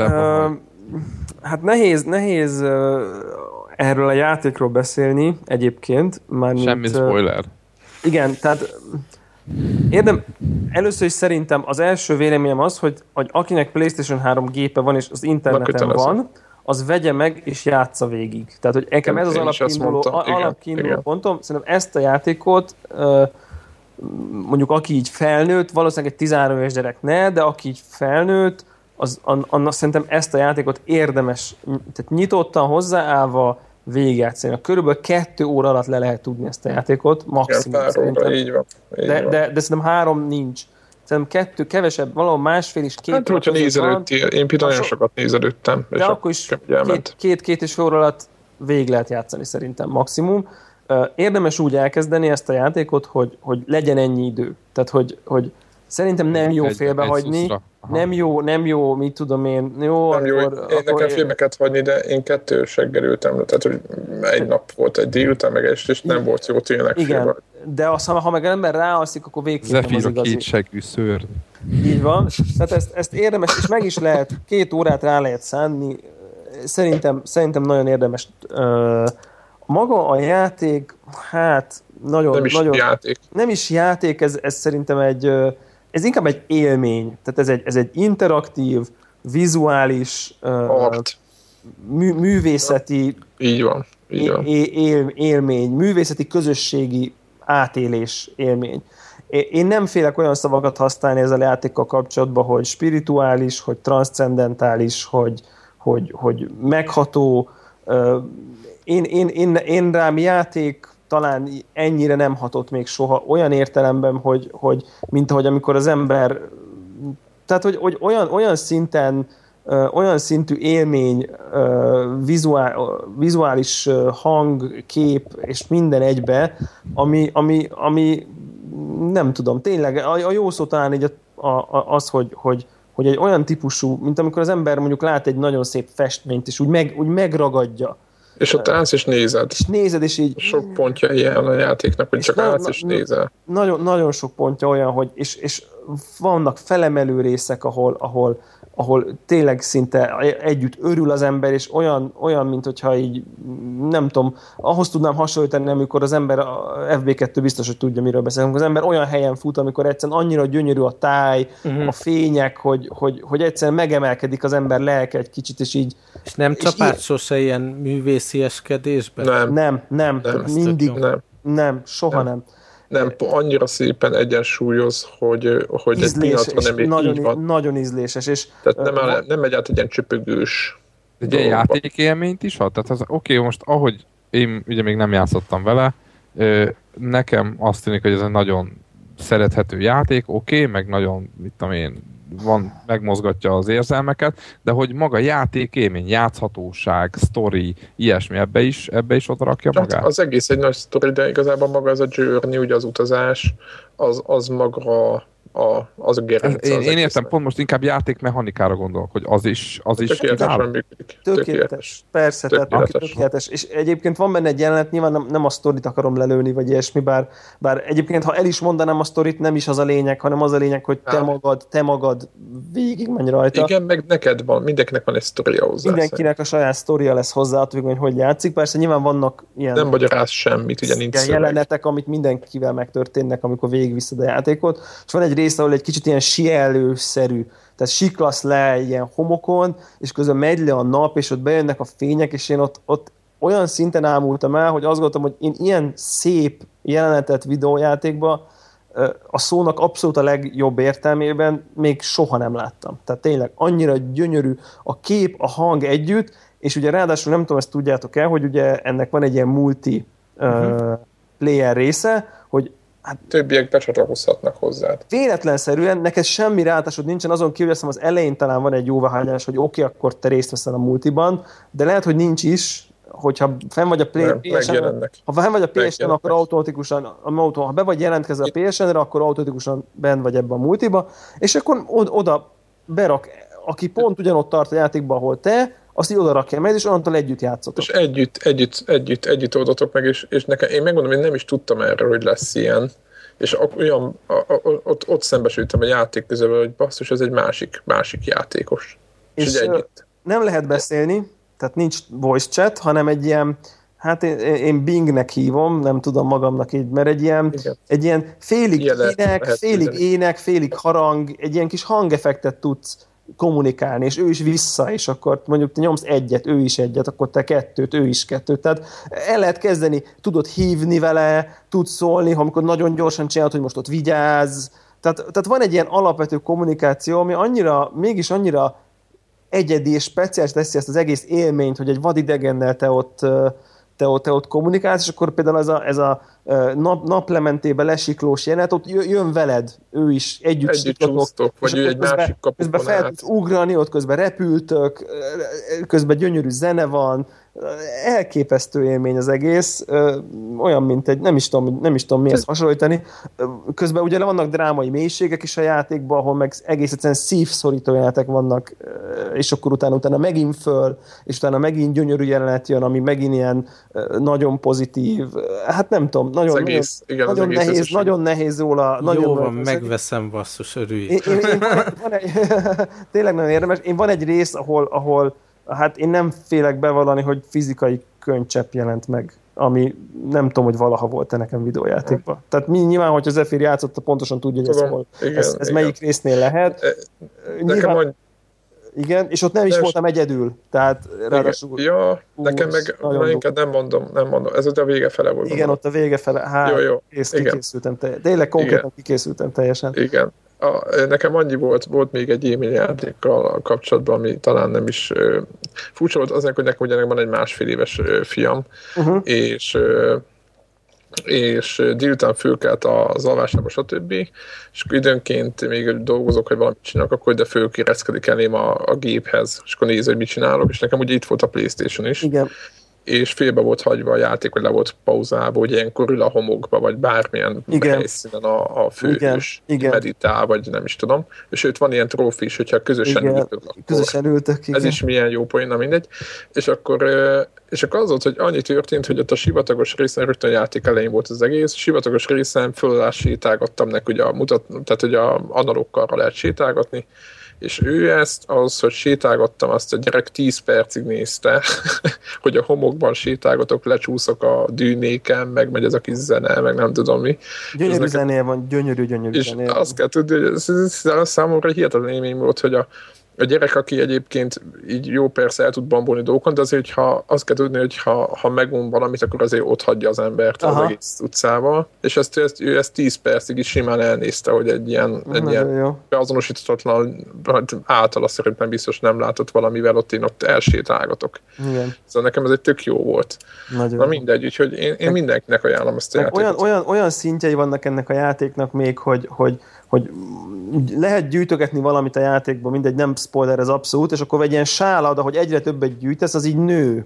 Hát nehéz erről a játékról beszélni egyébként. Semmi spoiler. Igen, tehát először is szerintem az első véleményem az, hogy akinek PlayStation 3 gépe van és az interneten van, az vegye meg és játsza végig. Tehát, hogy nekem ez az alapkiinduló pontom. Szerintem ezt a játékot mondjuk aki így felnőtt, valószínűleg egy 13 éves gyerek ne, de aki így felnőtt, annak szerintem ezt a játékot érdemes, tehát nyitottan hozzáállva végigjátszani. Körülbelül 2 óra alatt le lehet tudni ezt a játékot, maximum. Igen, szerintem. Így van. De szerintem 3 nincs. Szerintem 2 kevesebb, valahol 1,5-2 hát, hogyha nézelődtél, én például nagyon sokat nézelődtem. De akkor is 2,5 óra alatt végig lehet játszani szerintem maximum. Érdemes úgy elkezdeni ezt a játékot, hogy legyen ennyi idő. Tehát, hogy szerintem nem jó félbehagyni. Nem jó, mit tudom én. Jó, nem jó, nekem filmeket hagyni, de én 2 seggel ültem, tehát hogy egy nap volt, egy délután, meg este, és nem volt jó tényleg. Igen, de aztán, ha meg ember ráalszik, akkor végképp nem az igazi. 2 seggű szőr. Így van. Tehát ezt érdemes, és meg is lehet, 2 órát rá lehet szánni. Szerintem nagyon érdemes. Maga a játék, hát nagyon... Nem is játék, ez szerintem ez inkább egy élmény. Tehát ez egy interaktív, vizuális, művészeti így van. élmény, művészeti közösségi átélés élmény. Én nem félek olyan szavakat használni ezzel a játékkal kapcsolatban, hogy spirituális, hogy transzcendentális, hogy megható. Én rám játék talán ennyire nem hatott még soha, olyan értelemben, hogy mint ahogy amikor az ember, tehát hogy olyan szinten, olyan szintű élmény, vizuális hang, kép és minden egybe, ami nem tudom, tényleg a jó szó talán így az, hogy egy olyan típusú, mint amikor az ember mondjuk lát egy nagyon szép festményt, és úgy megragadja. És ott állsz és nézed. És nézed, és így... Sok pontja ilyen a játéknak, hogy csak állsz és nézel. Nagyon sok pontja olyan, hogy és vannak felemelő részek, ahol tényleg szinte együtt örül az ember, és olyan mint hogyha így, nem tudom, ahhoz tudnám hasonlítani, amikor az ember, a FB2 biztos, hogy tudja, miről beszélünk, az ember olyan helyen fut, amikor egyszerűen annyira gyönyörű a táj, a fények, hogy egyszerűen megemelkedik az ember lelke egy kicsit, és így... És nem csapált sose ilyen művészieskedésben? Nem. Mindig nem, soha nem. Nem, annyira szépen egyensúlyoz, hogy egy pillanatra nem így van. Nagyon ízléses. És tehát nem megy át egy ilyen csöpögős egy ilyen játékélményt is ad? Tehát oké, most ahogy én ugye még nem játszottam vele, nekem azt tűnik, hogy ez egy nagyon szerethető játék, oké, meg nagyon, mit tudom én, megmozgatja az érzelmeket, de hogy maga játékélmény, játszhatóság, sztori, ilyesmi, ebbe is odarakja magát? Az egész egy nagy sztori, de igazából maga ez a journey, ugye az utazás, az maga az a gerince. Hát Én értem, pont most inkább játékmechanikára gondolok, hogy az is tökéletesen működik. Tökéletes. Persze, tökéletes. És egyébként van benne egy jelenet, nyilván nem a sztorit akarom lelőni, vagy ilyesmi, bár egyébként, ha el is mondanám a sztorit, nem is az a lényeg, hanem az a lényeg, hogy te magad végig menj rajta. Igen, meg neked van, mindenkinek van egy sztoria hozzá. Mindenkinek a saját sztoria lesz hozzá, attól, hogy játszik. Persze nyilván vannak ilyen... Nem magyaráz semmit, ugye nincs szöveg. Jelenetek, amik mindenkivel megtörténnek, amikor végigviszed a játékot. És van egy rész, ahol egy kicsit ilyen sielőszerű, tehát siklasz le ilyen homokon, és közben megy le a nap, és ott bejönnek a fények, és én ott olyan szinten ámultam el, hogy azt gondoltam, hogy én ilyen szép jelenetet videójátékba a szónak abszolút a legjobb értelmében még soha nem láttam. Tehát tényleg annyira gyönyörű a kép, a hang együtt, és ugye ráadásul nem tudom, ezt tudjátok el, hogy ugye ennek van egy ilyen multi player része, hogy hát, többiek becsatlakozhatnak hozzád. Véletlenszerűen neked semmi rátásod nincsen, azon kívül az elején talán van egy jóváhagyás, hogy oké, akkor te részt veszel a multiban, de lehet, hogy nincs is, hogyha fenn vagy a PSN-en, ha fenn vagy a PSN-en, akkor automatikusan, ha be vagy jelentkezve a PSN-re, akkor automatikusan benn vagy ebben a multiba, és akkor oda berak, aki pont ugyanott tart a játékban, ahol te, azt így oda rakja meg, és onnantól együtt játszotok. És együtt oldatok meg, és nekem, én megmondom, én nem is tudtam erről, hogy lesz ilyen, és olyan, ott szembesültem a játék közben, hogy basszus, ez egy másik játékos. És együtt. Nem lehet beszélni, tehát nincs voice chat, hanem egy ilyen, hát én Bingnek hívom, nem tudom magamnak így, mert egy ilyen félig ének, félig harang, egy ilyen kis hangeffektet tudsz kommunikálni, és ő is vissza, és akkor mondjuk te nyomsz egyet, ő is egyet, akkor te kettőt, ő is kettőt. Tehát el lehet kezdeni, tudod hívni vele, tudsz szólni, amikor nagyon gyorsan csinálod, hogy most ott vigyázz. Tehát van egy ilyen alapvető kommunikáció, ami mégis annyira egyedi és speciális teszi ezt az egész élményt, hogy egy vadidegennel te ott kommunikálsz, és akkor például ez a naplementébe lesiklós jelenet, ott jön veled, ő is együtt csúsztok, vagy ő egy másik kapukon közben fel tudsz ugrani, ott közben repültök, közben gyönyörű zene van, elképesztő élmény az egész, olyan, mint egy, nem is tudom mihez hasonlítani. Közben ugye vannak drámai mélységek is a játékban, ahol meg egész egyszerűen szívszorító jelenetek vannak, és akkor utána megint föl, és utána megint gyönyörű jelenet jön, ami megint ilyen nagyon pozitív. Hát nem tudom, nagyon nehéz róla. Jó van, megveszem, basszus, örülj. Tényleg nagyon érdemes. Van egy rész, ahol hát én nem félek bevallani, hogy fizikai könycsepp jelent meg, ami nem tudom, hogy valaha volt-e nekem videójátékban. Tehát nyilván, hogyha Zephyr játszotta, pontosan tudja, hogy ez melyik résznél lehet. Nyilván, igen, és ott nem is voltam egyedül. Tehát ráadásul... Ja, nekem meg inkább nem mondom. Ez ott a vége fele volt. Igen, ott a vége fele. Jó. Kikészültem teljesen. Tényleg konkrétan kikészültem teljesen. Igen. Nekem annyi volt még egy élményjátékkal kapcsolatban, ami talán nem is furcsa volt, azért, hogy nekem ugyanek van egy 1,5 éves fiam, és délután fölkelt az alvásába, stb. És időnként még dolgozok, hogy valamit csinálok, akkor ide fölkéreckedik elém a géphez, és akkor néz, hogy mit csinálok, és nekem ugye itt volt a PlayStation is. Igen. És félbe volt hagyva a játék, vagy le volt pauzálva, hogy ilyenkor ül a homokba, vagy bármilyen helyszínen a főhős meditál, vagy nem is tudom. És őt van ilyen trófi is, hogyha közösen ültök. Ez is milyen jó poén, na mindegy. És akkor az volt, hogy annyi történt, hogy ott a sivatagos részen, rögtön a játék elején volt az egész, sivatagos részen föl alá sétálgattam neki, tehát hogy a analógkarra lehet sétálgatni, és ő hogy sétálgattam, azt a gyerek 10 percig nézte, hogy a homokban sétálgatok, lecsúszok a dűnéken, meg megy ez a kis zene, meg nem tudom mi. Gyönyörű zenéje van, gyönyörű és zenéje van. Azt kell tudni, hogy ez számomra hihetetlen élmény volt, hogy a gyerek, aki egyébként így jó persze el tud bambolni dolgokon, de azért, hogyha azt kell tudni, hogy ha megun valamit, akkor azért ott hagyja az embert az egész utcával, és ő ezt 10 percig is simán elnézte, hogy egy ilyen beazonosíthatatlan, általa szerintem biztos nem látott valamivel, én ott elsétálgatok. Igen. Szóval nekem ez egy tök jó volt. Nagyon na mindegy, úgyhogy én mindenkinek ajánlom ezt a játékot. Olyan szintjei vannak ennek a játéknak még, hogy lehet gyűjtögetni valamit a játékban, mindegy, nem spoiler ez abszolút, és akkor egy ilyen sálad, ahogy egyre többet gyűjtesz, az így nő.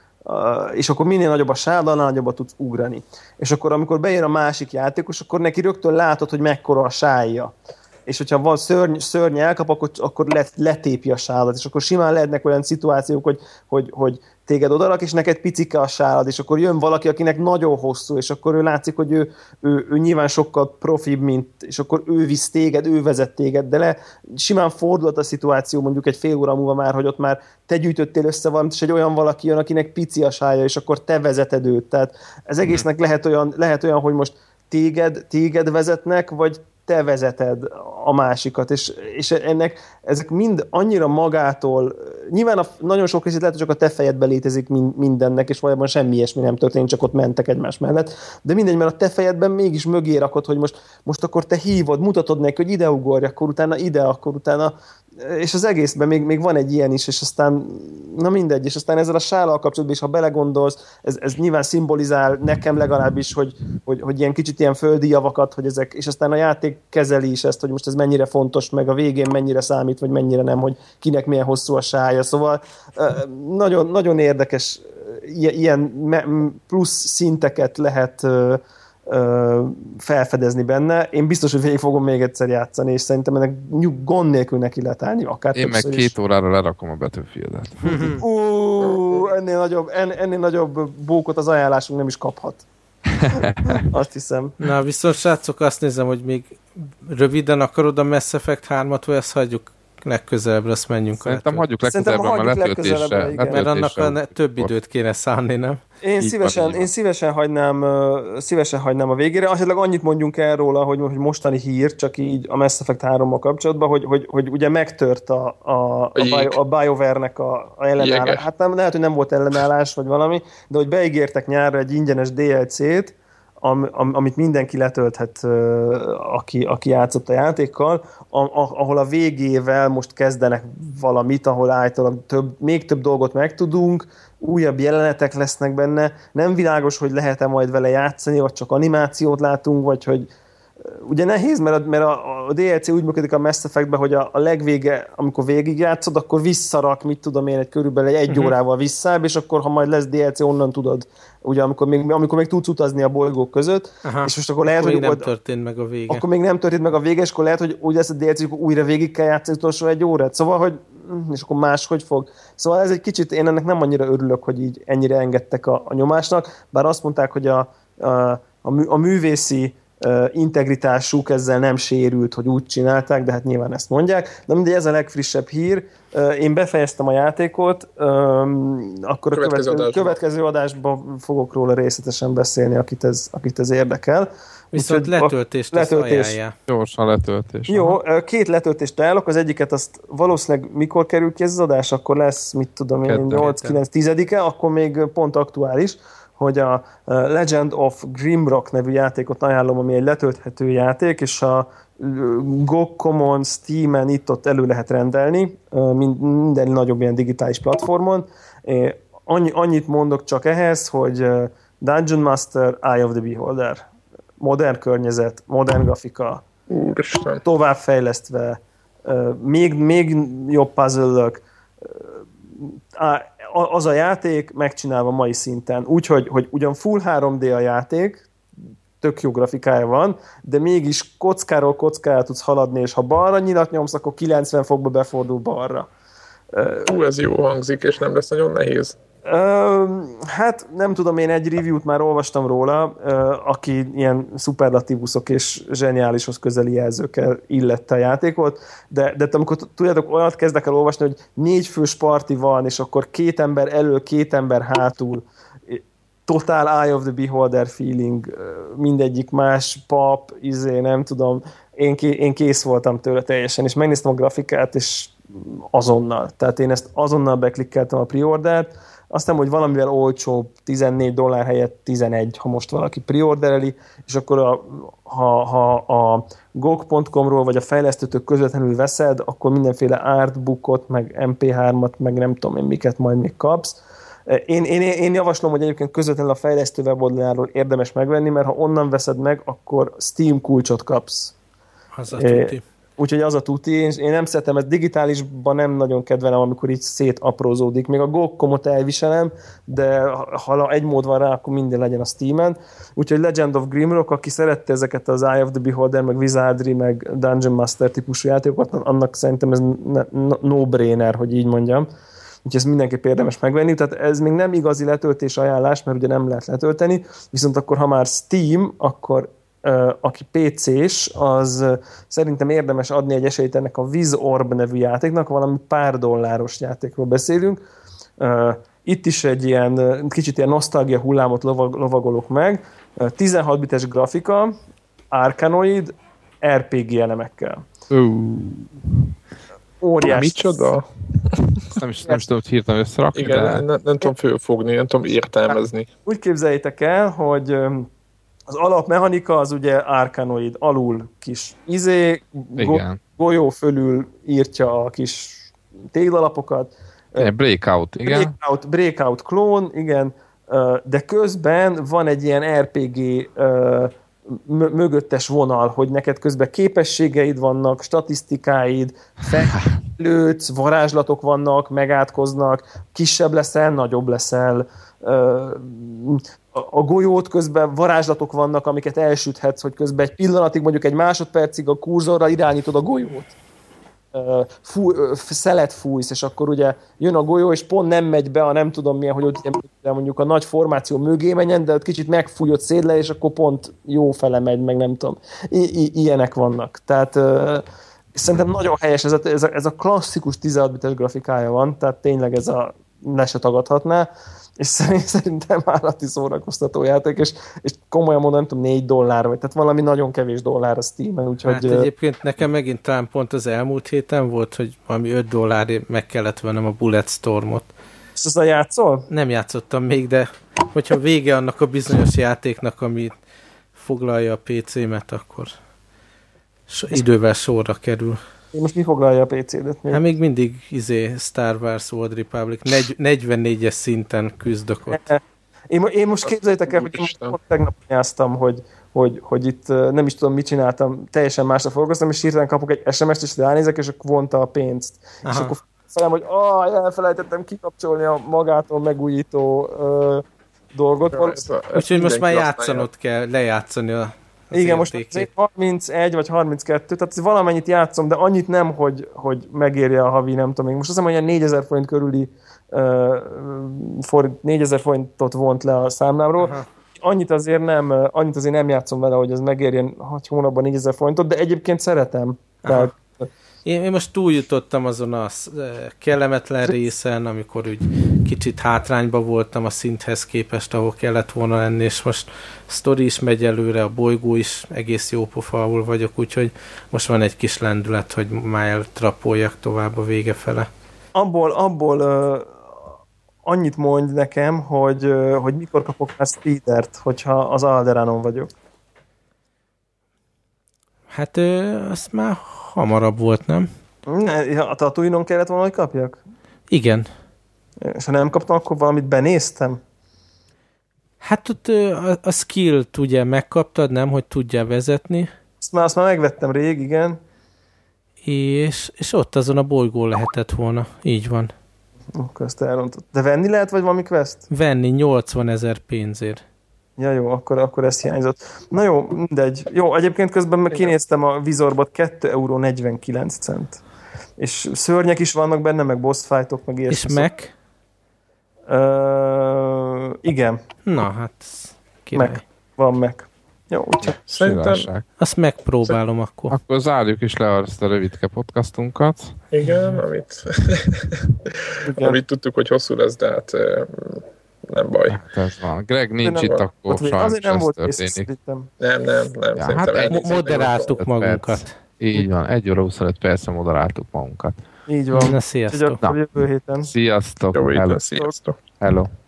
És akkor minél nagyobb a sálad, annál nagyobbat tudsz ugrani. És akkor amikor bejön a másik játékos, akkor neki rögtön látod, hogy mekkora a sálja. És hogyha van szörny elkap, akkor letépi a sáladat, és akkor simán lehetnek olyan szituációk, hogy téged odarak, és neked picike a sálad, és akkor jön valaki, akinek nagyon hosszú, és akkor ő látszik, hogy ő nyilván sokkal profibb, mint, és akkor ő visz téged, ő vezet téged, de simán fordulhat a szituáció mondjuk egy fél óra múlva már, hogy ott már te gyűjtöttél össze valamit, és egy olyan valaki jön, akinek pici a sálja, és akkor te vezeted őt. Tehát ez egésznek lehet olyan, hogy most téged vezetnek, vagy te vezeted a másikat, és ezek mind annyira magától, nyilván nagyon sok részét lehet, hogy csak a te fejedben létezik mindennek, és valójában semmi ilyesmi nem történt, csak ott mentek egymás mellett, de mindegy, mert a te fejedben mégis mögé rakod, hogy most akkor te hívod, mutatod neki, hogy ide ugorj, akkor utána ide, akkor utána, és az egészben még van egy ilyen is, és aztán, na mindegy, és aztán ezzel a sállal kapcsolatban is, ha belegondolsz, ez nyilván szimbolizál nekem legalábbis, hogy ilyen kicsit ilyen földi javakat, hogy ezek, és aztán a játék kezeli is ezt, hogy most ez mennyire fontos, meg a végén mennyire számít, vagy mennyire nem, hogy kinek milyen hosszú a sája, szóval nagyon, nagyon érdekes, ilyen plusz szinteket lehet felfedezni benne. Én biztos, hogy végig fogom még egyszer játszani, és szerintem ennek gond nélkül neki lehet állni, akár én meg 2 órára lerakom a Battlefieldet. Ennél nagyobb bókot az ajánlásunk nem is kaphat. Azt hiszem. Na, viszont srácok, azt nézem, hogy még röviden akarod a Mass Effect 3-at, vagy ezt hagyjuk legközelebbre azt menjünk. Szerintem hagyjuk legközelebbre, mert letöltésre. Mert annak több időt kéne szánni, nem? Én szívesen hagynám a végére. Esetleg annyit mondjunk el róla, hogy mostani hír, csak így a Mass Effect 3-mal kapcsolatban, hogy ugye megtört a BioWare-nek a ellenállás. Hát nem, lehet, hogy nem volt ellenállás, vagy valami, de hogy beígértek nyárra egy ingyenes DLC-t, amit mindenki letölthet, aki játszott a játékkal, ahol a végével most kezdenek valamit, ahol állítólag még több dolgot megtudunk, újabb jelenetek lesznek benne. Nem világos, hogy lehet-e majd vele játszani, vagy csak animációt látunk, vagy hogy ugye nehéz, mert a DLC úgy működik a Mass Effectben, hogy a legvége, amikor végigjátszod, akkor visszarak, mit tudom én, körülbelül egy órával visszább, és akkor, ha majd lesz DLC, onnan tudod, ugye, amikor még tudsz utazni a bolygók között, és most akkor lehet, hogy nem történt meg a vége. Akkor még nem történt meg a vége, és akkor lehet, hogy úgy lesz a DLC, hogy újra végig kell játszani utolsó egy órát. Szóval, hogy és akkor máshogy fog. Szóval ez egy kicsit, én ennek nem annyira örülök, hogy így ennyire engedtek a nyomásnak, bár azt mondták, hogy a művészi integritásuk ezzel nem sérült, hogy úgy csinálták, de hát nyilván ezt mondják. De mindegy, ez a legfrissebb hír. Én befejeztem a játékot, akkor a következő adásban fogok róla részletesen beszélni, akit ez érdekel. Viszont letöltést ajánlják. Gyorsan letöltés. Jó, 2 letöltést ajánlok, az egyiket azt valószínűleg mikor kerül ki ez az adás, akkor lesz, mit tudom én, 8-9-10-e, akkor még pont aktuális, hogy a Legend of Grimrock nevű játékot ajánlom, ami egy letölthető játék, és a GOG Common, Steam-en itt-ott elő lehet rendelni, minden nagyobb ilyen digitális platformon. Annyit mondok csak ehhez, hogy Dungeon Master, Eye of the Beholder. Modern környezet, modern grafika, továbbfejlesztve, még jobb puzzle-ök, az a játék megcsinálva mai szinten. Úgyhogy hogy ugyan full 3D a játék, tök jó grafikája van, de mégis kockáról kockára tudsz haladni, és ha balra nyilat nyomsz, akkor 90 fokba befordul balra. Ez jó hangzik, és nem lesz nagyon nehéz. Hát nem tudom, én egy review-t már olvastam róla, aki ilyen szuperlatívuszok és zseniálishoz közeli jelzőkkel illette a játékot, de amikor tudjátok, olyat kezdek el olvasni, hogy 4 fős parti van, és akkor 2 ember elől, 2 ember hátul, totál Eye of the Beholder feeling, mindegyik más pap, nem tudom, én kész voltam tőle teljesen, és megnéztem a grafikát, és azonnal. Tehát én ezt azonnal beklikkeltem a pre-ordert, aztán, hogy valamivel olcsóbb, $14 helyett 11, ha most valaki preordereli, és akkor ha a GOG.com-ról vagy a fejlesztőtök közvetlenül veszed, akkor mindenféle artbookot, meg MP3-at, meg nem tudom én miket majd még kapsz. Én javaslom, hogy egyébként közvetlenül a fejlesztő weboldaláról érdemes megvenni, mert ha onnan veszed meg, akkor Steam kulcsot kapsz. Az a tuti. Úgyhogy az a tuti, én nem szeretem, ezt digitálisban nem nagyon kedvelem, amikor így szétaprózódik. Még a GOG.com-ot elviselem, de ha egy mód van rá, akkor minden legyen a Steam-en. Úgyhogy Legend of Grimrock, aki szerette ezeket az Eye of the Beholder, meg Wizardry, meg Dungeon Master típusú játékokat, annak szerintem ez no-brainer, hogy így mondjam. Úgyhogy ezt mindenképp érdemes megvenni. Tehát ez még nem igazi letöltés ajánlás, mert ugye nem lehet letölteni, viszont akkor, ha már Steam, akkor aki PC-s, az szerintem érdemes adni egy esélyt ennek a Wizorb nevű játéknak, valami pár dolláros játékról beszélünk. Itt is egy ilyen, kicsit ilyen nosztalgia hullámot lovagolok meg. 16 bites grafika, Arkanoid, RPG elemekkel. Óriás. Micsoda? Nem is tudom, hogy hirtelen összerakni. Igen, nem tudom fölfogni, nem tudom értelmezni. Úgy képzeljétek el, hogy az alapmechanika az ugye Arkanoid, alul kis golyó fölül írtja a kis téglalapokat. Breakout, igen. Breakout klón, igen, de közben van egy ilyen RPG mögöttes vonal, hogy neked közben képességeid vannak, statisztikáid, fejlődsz, varázslatok vannak, megátkoznak, kisebb leszel, nagyobb leszel, a golyót közben varázslatok vannak, amiket elsüthetsz, hogy közben egy pillanatig, mondjuk egy másodpercig a kurzorral irányítod a golyót. Szelet fújsz, és akkor ugye jön a golyó, és pont nem megy be a nem tudom milyen, hogy mondjuk a nagy formáció mögé menjen, de kicsit megfújod szédle, és akkor pont jó fele megy, meg nem tudom. Ilyenek vannak. Tehát És szerintem nagyon helyes, ez a klasszikus 16 bites grafikája van, tehát tényleg ez a ne se tagadhatná, és szerintem állati szórakoztató játék, és komolyan mondom, nem tudom, $4, vagy tehát valami nagyon kevés dollár a Steam-en, úgyhogy... Hát egyébként nekem megint talán pont az elmúlt héten volt, hogy valami $5 meg kellett vennem a Bulletstormot. És azzal játszol? Nem játszottam még, de hogyha vége annak a bizonyos játéknak, ami foglalja a PC-met, akkor idővel sorra kerül. Most mi foglalja a PC-det? Hát még mindig Star Wars Old Republic 44-es szinten küzdök ott. Én most képzeljétek el, hogy tegnap játsztam, hogy itt nem is tudom, mit csináltam, teljesen másra foglalkoztam, és hirtelen kapok egy SMS-t, és ránézek, és akkor vonta a pénzt. Aha. És akkor felem, hogy elfelejtettem kikapcsolni a magától megújító dolgot. Úgyhogy most már játszanod kell, lejátszani a igen, most 31 vagy 32, tehát valamennyit játszom, de annyit nem, hogy megérje a havi, nem tudom még. Most azt hiszem, hogy 4000 forint körüli 4000 forintot vont le a számlámról. Aha. Annyit azért nem játszom vele, hogy ez megérjen 6 hónapban 4000 forintot, de egyébként szeretem. Tehát, én most túljutottam azon a kellemetlen részen, amikor úgy kicsit hátrányba voltam a szinthez képest, ahol kellett volna lenni, és most a sztori is megy előre, a bolygó is egész jó pofául vagyok, úgyhogy most van egy kis lendület, hogy már eltrapoljak tovább a vége fele. Abból annyit mondj nekem, hogy mikor kapok már speedert, hogyha az Alderanon vagyok. Hát azt már hamarabb volt, nem? A Tatooine-on kellett volna, hogy kapjak? Igen. És ha nem kaptam, akkor valamit benéztem? Hát ott a skill-t ugye megkaptad, nem? Hogy tudjál vezetni. Azt már megvettem rég, igen. És ott azon a bolygón lehetett volna. Így van. Akkor ezt elrontott. De venni lehet, vagy valami quest? Venni 80 000 pénzért. Ja jó, akkor ez hiányzott. Na jó, mindegy. Jó, egyébként közben kinéztem a Vizorbot, €2,49. És szörnyek is vannak benne, meg boss fightok, meg ilyesmi. És Mac? Igen. Na, hát király. Mac. Van Mac. Jó, úgyhogy szerintem... Azt megpróbálom akkor. Akkor zárjuk is le azt a rövidke podcastunkat. Igen, amit tudtuk, hogy hosszú lesz, de hát nem baj. Hát ez van. Greg nincs itt, akkor sajnos ez történik. Nem. Ja, hát moderáltuk magunkat. Így van, 1 óra 25 percre moderáltuk magunkat. Így van. Na, sziasztok. Jövő héten. Sziasztok. Jövő héten, sziasztok. Hello.